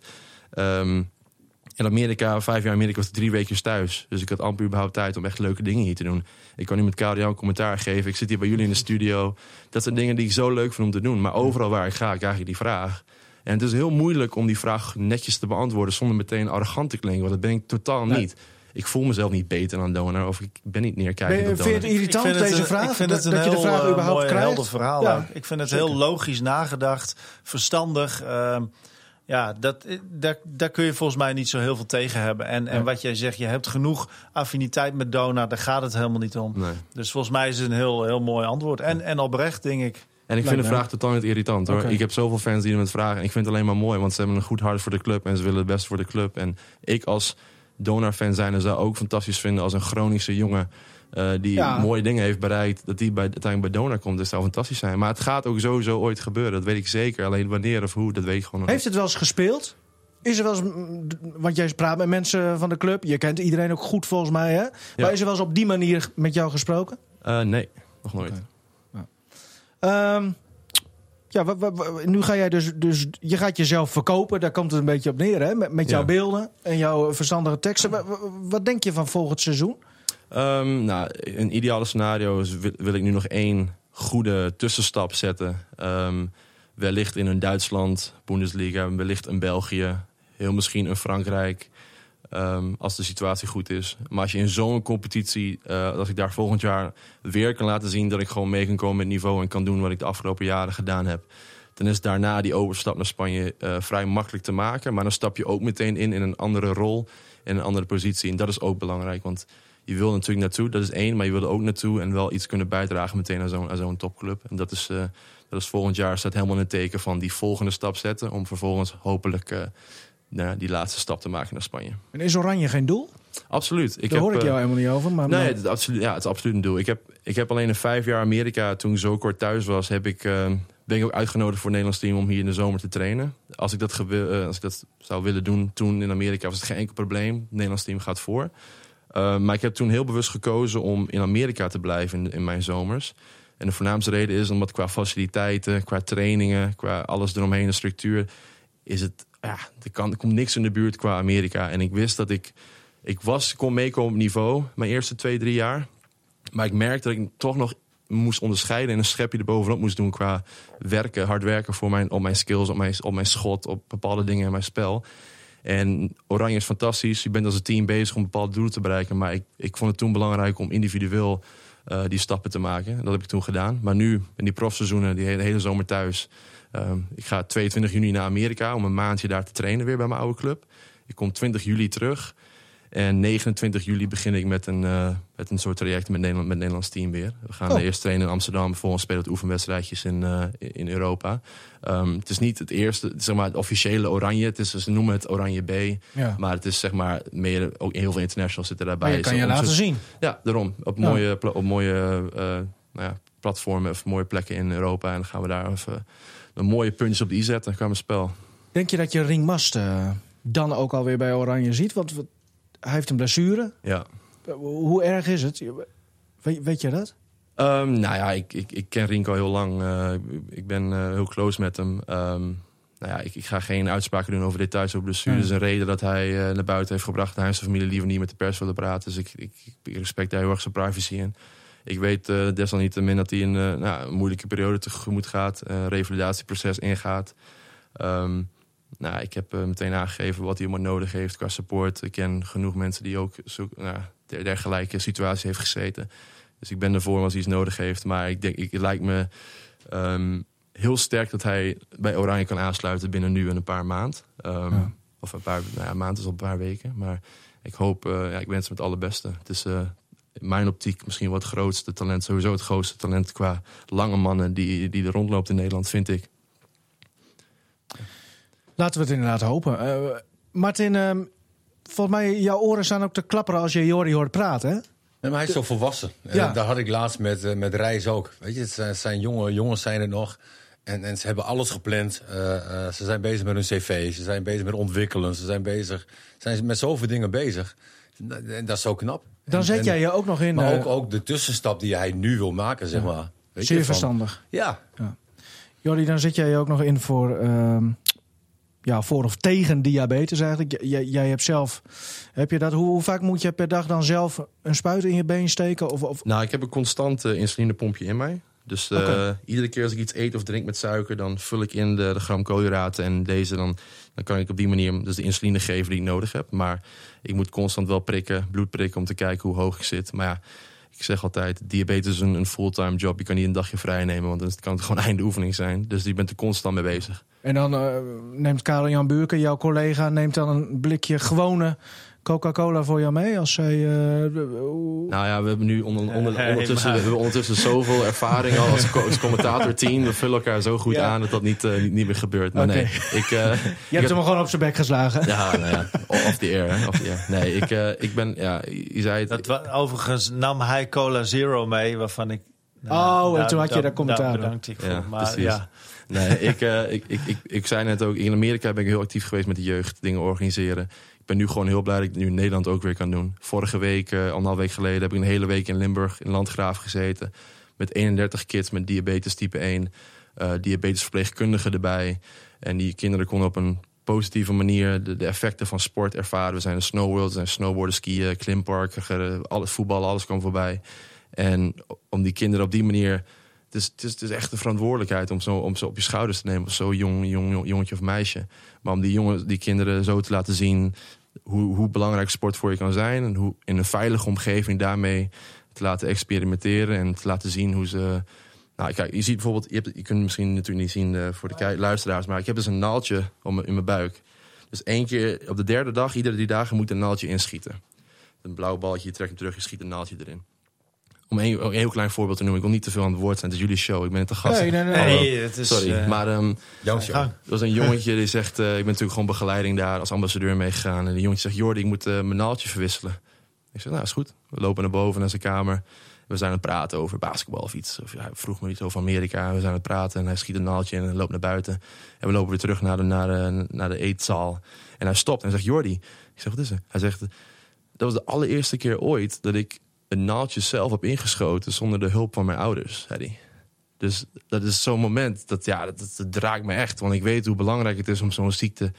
In Amerika, 5 jaar in Amerika, was ik 3 weken thuis. Dus ik had amper überhaupt tijd om echt leuke dingen hier te doen. Ik kan nu met KRO een commentaar geven. Ik zit hier bij jullie in de studio. Dat zijn dingen die ik zo leuk vind om te doen. Maar overal waar ik ga, krijg ik die vraag. En het is heel moeilijk om die vraag netjes te beantwoorden zonder meteen arrogant te klinken. Want dat ben ik totaal niet. Ik voel mezelf niet beter dan Donar. Of ik ben niet neerkijkend op Donar. Vind je het irritant, deze vraag? Ik vind het dat een je de vraag heel überhaupt mooi, krijgt? helder verhaal. Ja, ook. Ik vind het heel logisch nagedacht, verstandig. Daar kun je volgens mij niet zo heel veel tegen hebben. En wat jij zegt, je hebt genoeg affiniteit met Donar. Daar gaat het helemaal niet om. Nee. Dus volgens mij is het een heel, heel mooi antwoord. En oprecht, denk ik. En ik vind de vraag totaal niet irritant, hoor. Okay. Ik heb zoveel fans die me het vragen. En ik vind het alleen maar mooi, want ze hebben een goed hart voor de club. En ze willen het beste voor de club. En ik als Donar-fan zijn zou ook fantastisch vinden als een Groningse jongen die mooie dingen heeft bereikt, dat die uiteindelijk bij Donar komt. Dat zou fantastisch zijn. Maar het gaat ook sowieso ooit gebeuren. Dat weet ik zeker. Alleen wanneer of hoe, dat weet ik gewoon nog niet. Heeft het wel eens gespeeld? Is er wel eens, want jij praat met mensen van de club. Je kent iedereen ook goed volgens mij, hè? Ja. Maar is er wel eens op die manier met jou gesproken? Nee, nog nooit. Okay. Nu ga jij dus je gaat jezelf verkopen. Daar komt het een beetje op neer, hè? Met jouw beelden en jouw verstandige teksten. Wat denk je van volgend seizoen? Een ideale scenario wil ik nu nog 1 goede tussenstap zetten. Wellicht in een Duitsland, Bundesliga, wellicht een België, heel misschien een Frankrijk, als de situatie goed is. Maar als je in zo'n competitie, als ik daar volgend jaar weer kan laten zien dat ik gewoon mee kan komen met niveau en kan doen wat ik de afgelopen jaren gedaan heb, dan is daarna die overstap naar Spanje vrij makkelijk te maken. Maar dan stap je ook meteen in een andere rol, in een andere positie. En dat is ook belangrijk, want je wil natuurlijk naartoe, dat is 1, maar je wil er ook naartoe en wel iets kunnen bijdragen meteen aan zo'n topclub. En dat is volgend jaar, staat helemaal in het teken van die volgende stap zetten, om vervolgens hopelijk die laatste stap te maken naar Spanje. En is Oranje geen doel? Absoluut. Daar hoor ik jou helemaal niet over. Maar nee, het is absoluut een doel. Ik heb alleen in 5 jaar Amerika, toen ik zo kort thuis was, heb ik ben ik ook uitgenodigd voor het Nederlands team om hier in de zomer te trainen. Als ik dat zou willen doen toen in Amerika, was het geen enkel probleem. Het Nederlands team gaat voor. Maar ik heb toen heel bewust gekozen om in Amerika te blijven in mijn zomers. En de voornaamste reden is omdat qua faciliteiten, qua trainingen, qua alles eromheen, de structuur, is het, er komt niks in de buurt qua Amerika. En ik wist dat ik kon meekomen op niveau mijn eerste 2-3 jaar. Maar ik merkte dat ik toch nog moest onderscheiden en een schepje erbovenop moest doen qua hard werken op mijn skills, op mijn schot, op bepaalde dingen in mijn spel. En Oranje is fantastisch. Je bent als een team bezig om bepaalde doelen te bereiken. Maar ik vond het toen belangrijk om individueel die stappen te maken. Dat heb ik toen gedaan. Maar nu, in die profseizoenen, de hele zomer thuis. Ik ga 22 juni naar Amerika om een maandje daar te trainen weer bij mijn oude club. Ik kom 20 juli terug. En 29 juli begin ik met een soort traject met het Nederlands team weer. We gaan eerst trainen in Amsterdam. Vervolgens spelen we oefenwedstrijdjes in Europa. Het is niet het eerste, zeg maar, het officiële Oranje. Ze noemen het Oranje B. Ja. Maar het is zeg maar meer, ook heel veel internationals zitten daarbij. Maar je kan je laten zien. Ja, daarom. Op mooie platformen of mooie plekken in Europa. En dan gaan we daar even een mooie puntjes op de i zetten qua mijn spel. Denk je dat je Ringmast dan ook alweer bij Oranje ziet? Want hij heeft een blessure. Ja. Hoe erg is het? Weet je dat? Ik ken Rinko heel lang. Ik ben heel close met hem. Ik ga geen uitspraken doen over details over blessure. Er is een reden dat hij naar buiten heeft gebracht. Hij en zijn familie liever niet met de pers willen praten. Dus ik respecteer heel erg zijn privacy. En ik weet desalniettemin dat hij een moeilijke periode tegemoet gaat. Revalidatieproces ingaat. Ik heb meteen aangegeven wat hij allemaal nodig heeft qua support. Ik ken genoeg mensen die ook dergelijke situatie heeft gezeten. Dus ik ben ervoor als hij iets nodig heeft. Maar ik denk, het lijkt me heel sterk dat hij bij Oranje kan aansluiten binnen nu en een paar maanden. Of een paar maanden is al een paar weken. Maar ik hoop, ik wens hem het allerbeste. Het is in mijn optiek misschien wel het grootste talent. Sowieso het grootste talent qua lange mannen die er rondloopt in Nederland, vind ik. Laten we het inderdaad hopen. Martin, volgens mij jouw oren staan ook te klapperen als je Jordi hoort praten, hè? Nee, maar hij is zo volwassen. Ja. Daar had ik laatst met Reis ook. Weet je, het zijn jongens zijn er nog. En ze hebben alles gepland. Ze zijn bezig met hun cv. Ze zijn bezig met ontwikkelen. Ze zijn met zoveel dingen bezig. En dat is zo knap. Dan zet jij je ook nog in... Maar ook de tussenstap die hij nu wil maken, zeg maar. Weet zeer verstandig. Ja. Jordi, dan zit jij je ook nog in voor of tegen diabetes eigenlijk. Jij hebt zelf... Heb je dat? Hoe vaak moet je per dag dan zelf een spuit in je been steken? Of? Nou, ik heb een constant insulinepompje in mij. Dus iedere keer als ik iets eet of drink met suiker, dan vul ik in de gram koolhydraten. En dan kan ik op die manier dus de insuline geven die ik nodig heb. Maar ik moet constant wel bloed prikken om te kijken hoe hoog ik zit. Maar ja, ik zeg altijd, diabetes is een fulltime job. Je kan niet een dagje vrij nemen, want dan kan het gewoon einde oefening zijn. Dus je bent er constant mee bezig. En dan neemt Karel-Jan Buurken, jouw collega, neemt dan een blikje gewone Coca-Cola voor jou mee? Als zij, Nou ja, we hebben nu ondertussen zoveel ervaring al als commentatorteam. We vullen elkaar zo goed aan dat niet meer gebeurt. Maar nee, je hebt hem gewoon op zijn bek geslagen. Ja, nou ja, off the air. Hè, off the air. Nee, ik ben, je zei het. Overigens nam hij Cola Zero mee, waarvan ik... en toen had je daar commentaar. Daar bedankte ik voor. Ja, maar precies. ja... Nee, ik zei net ook, in Amerika ben ik heel actief geweest met de jeugd, dingen organiseren. Ik ben nu gewoon heel blij dat ik het nu in Nederland ook weer kan doen. Vorige week, 1,5 week geleden, heb ik een hele week in Limburg, in Landgraaf gezeten. Met 31 kids met diabetes type 1. Diabetesverpleegkundigen erbij. En die kinderen konden op een positieve manier de effecten van sport ervaren. We zijn in Snowworld, we zijn snowboarden, skiën, klimparken, voetballen, alles kwam voorbij. En om die kinderen op die manier... Het is echt een verantwoordelijkheid om ze op je schouders te nemen. Of zo'n jongetje of meisje. Maar om die kinderen zo te laten zien hoe belangrijk sport voor je kan zijn. En hoe in een veilige omgeving daarmee te laten experimenteren. En te laten zien hoe ze... Nou, kijk, je ziet bijvoorbeeld... Je kunt het misschien natuurlijk niet zien voor de luisteraars. Maar ik heb dus een naaldje in mijn buik. Dus 1 keer op de 3e dag, iedere 3 dagen moet een naaldje inschieten. Een blauw balletje, je trekt hem terug, je schiet een naaldje erin. Om een heel klein voorbeeld te noemen. Ik wil niet te veel aan het woord zijn. Het is jullie show. Ik ben te gast. Nee, het is... Sorry. Maar jouw show. er was een jongetje die zegt... ik ben natuurlijk gewoon begeleiding daar als ambassadeur meegegaan. En die jongetje zegt... Jordi, ik moet mijn naaldje verwisselen. Ik zeg, nou, is goed. We lopen naar boven naar zijn kamer. We zijn aan het praten over basketbal of iets. Of hij vroeg me iets over Amerika. We zijn aan het praten en hij schiet een naaldje in en loopt naar buiten. En we lopen weer terug naar de eetzaal. En hij stopt en hij zegt, Jordi. Ik zeg, wat is er? Hij zegt, dat was de allereerste keer ooit dat ik een naaldje zelf heb ingeschoten zonder de hulp van mijn ouders, zei hij. Dus dat is zo'n moment, dat raakt me echt. Want ik weet hoe belangrijk het is om zo'n ziekte,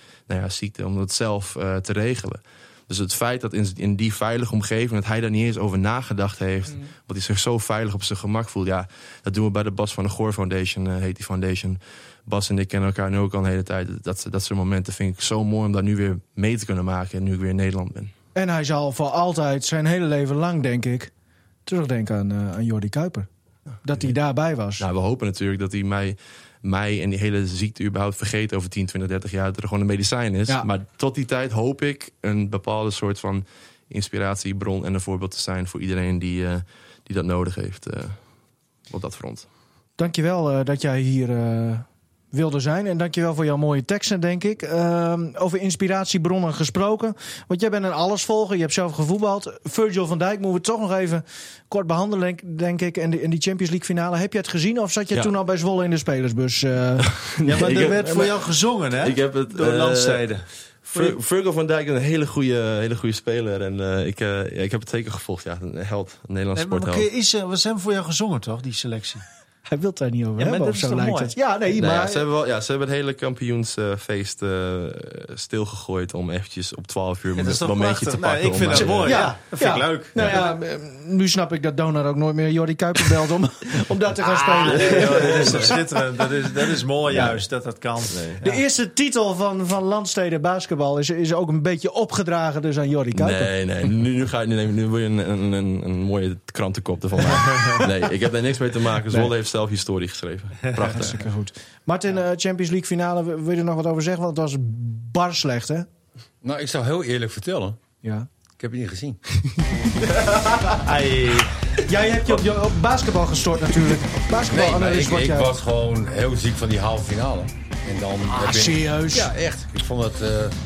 om dat zelf te regelen. Dus het feit dat in die veilige omgeving, dat hij daar niet eens over nagedacht heeft, want hij zich zo veilig op zijn gemak voelt. Ja, dat doen we bij de Bas van de Goor Foundation, heet die foundation. Bas en ik kennen elkaar nu ook al een hele tijd. Dat soort momenten vind ik zo mooi om daar nu weer mee te kunnen maken, nu ik weer in Nederland ben. En hij zal voor altijd, zijn hele leven lang, denk ik, terugdenken aan Jordi Kuiper. Dat hij daarbij was. Nou, we hopen natuurlijk dat hij mij en die hele ziekte überhaupt vergeet over 10, 20, 30 jaar. Dat er gewoon een medicijn is. Ja. Maar tot die tijd hoop ik een bepaalde soort van inspiratiebron en een voorbeeld te zijn voor iedereen die dat nodig heeft op dat front. Dankjewel dat jij hier wilde zijn. En dankjewel voor jouw mooie teksten, denk ik. Over inspiratiebronnen gesproken. Want jij bent een allesvolger. Je hebt zelf gevoetbald. Virgil van Dijk moeten we toch nog even kort behandelen, denk ik. En die Champions League finale. Heb je het gezien of zat je toen al bij Zwolle in de spelersbus? Ja, maar er werd voor jou gezongen, hè? Ik heb het door Landsteden. Virgil van Dijk is een hele goede speler. En ik heb het zeker gevolgd. Ja, een held. Een Nederlands sportheld. We hebben voor jou gezongen, toch? Die selectie. Hij wil het daar niet over hebben, maar of zo lijkt het. Ja, maar... Ze hebben het hele kampioensfeest stilgegooid om eventjes op 12 uur een momentje te pakken. Ik vind dat mooi. Ja, dat vind ik leuk. Nou ja, nu snap ik dat Donar ook nooit meer Jordi Kuiper belt om daar te gaan spelen. Nee, dat is toch schitterend. Dat is mooi juist, dat kan. De eerste titel van Landsteden basketbal is ook een beetje opgedragen dus aan Jordi Kuiper. Nee. Nu wil je een mooie krantenkop ervan maken. Nee, ik heb daar niks mee te maken. Zwolle heeft zelf historie geschreven. Prachtig. Hartstikke goed. Martin, Champions League finale, wil je er nog wat over zeggen? Want het was bar slecht, hè? Nou, ik zou heel eerlijk vertellen. Ja. Ik heb het niet gezien. Jij hebt je op basketbal gestort natuurlijk. Ik was gewoon heel ziek van die halve finale. En dan serieus? Ja, echt. Ik vond het...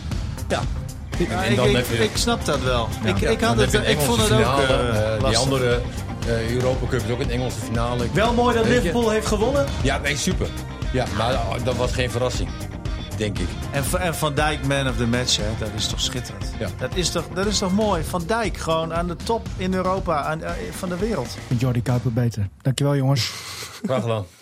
Ik snap dat wel. Ja. Ik vond het ook die andere Europa Cup is ook een Engelse finale. Wel mooi dat Liverpool heeft gewonnen. Ja, nee, super. Ja, maar dat was geen verrassing, denk ik. En Van Dijk man of the match, hè? Dat is toch schitterend. Ja. Dat is toch mooi. Van Dijk gewoon aan de top in Europa van de wereld. Jordi Kuiper beter. Dankjewel, jongens. Graag gedaan.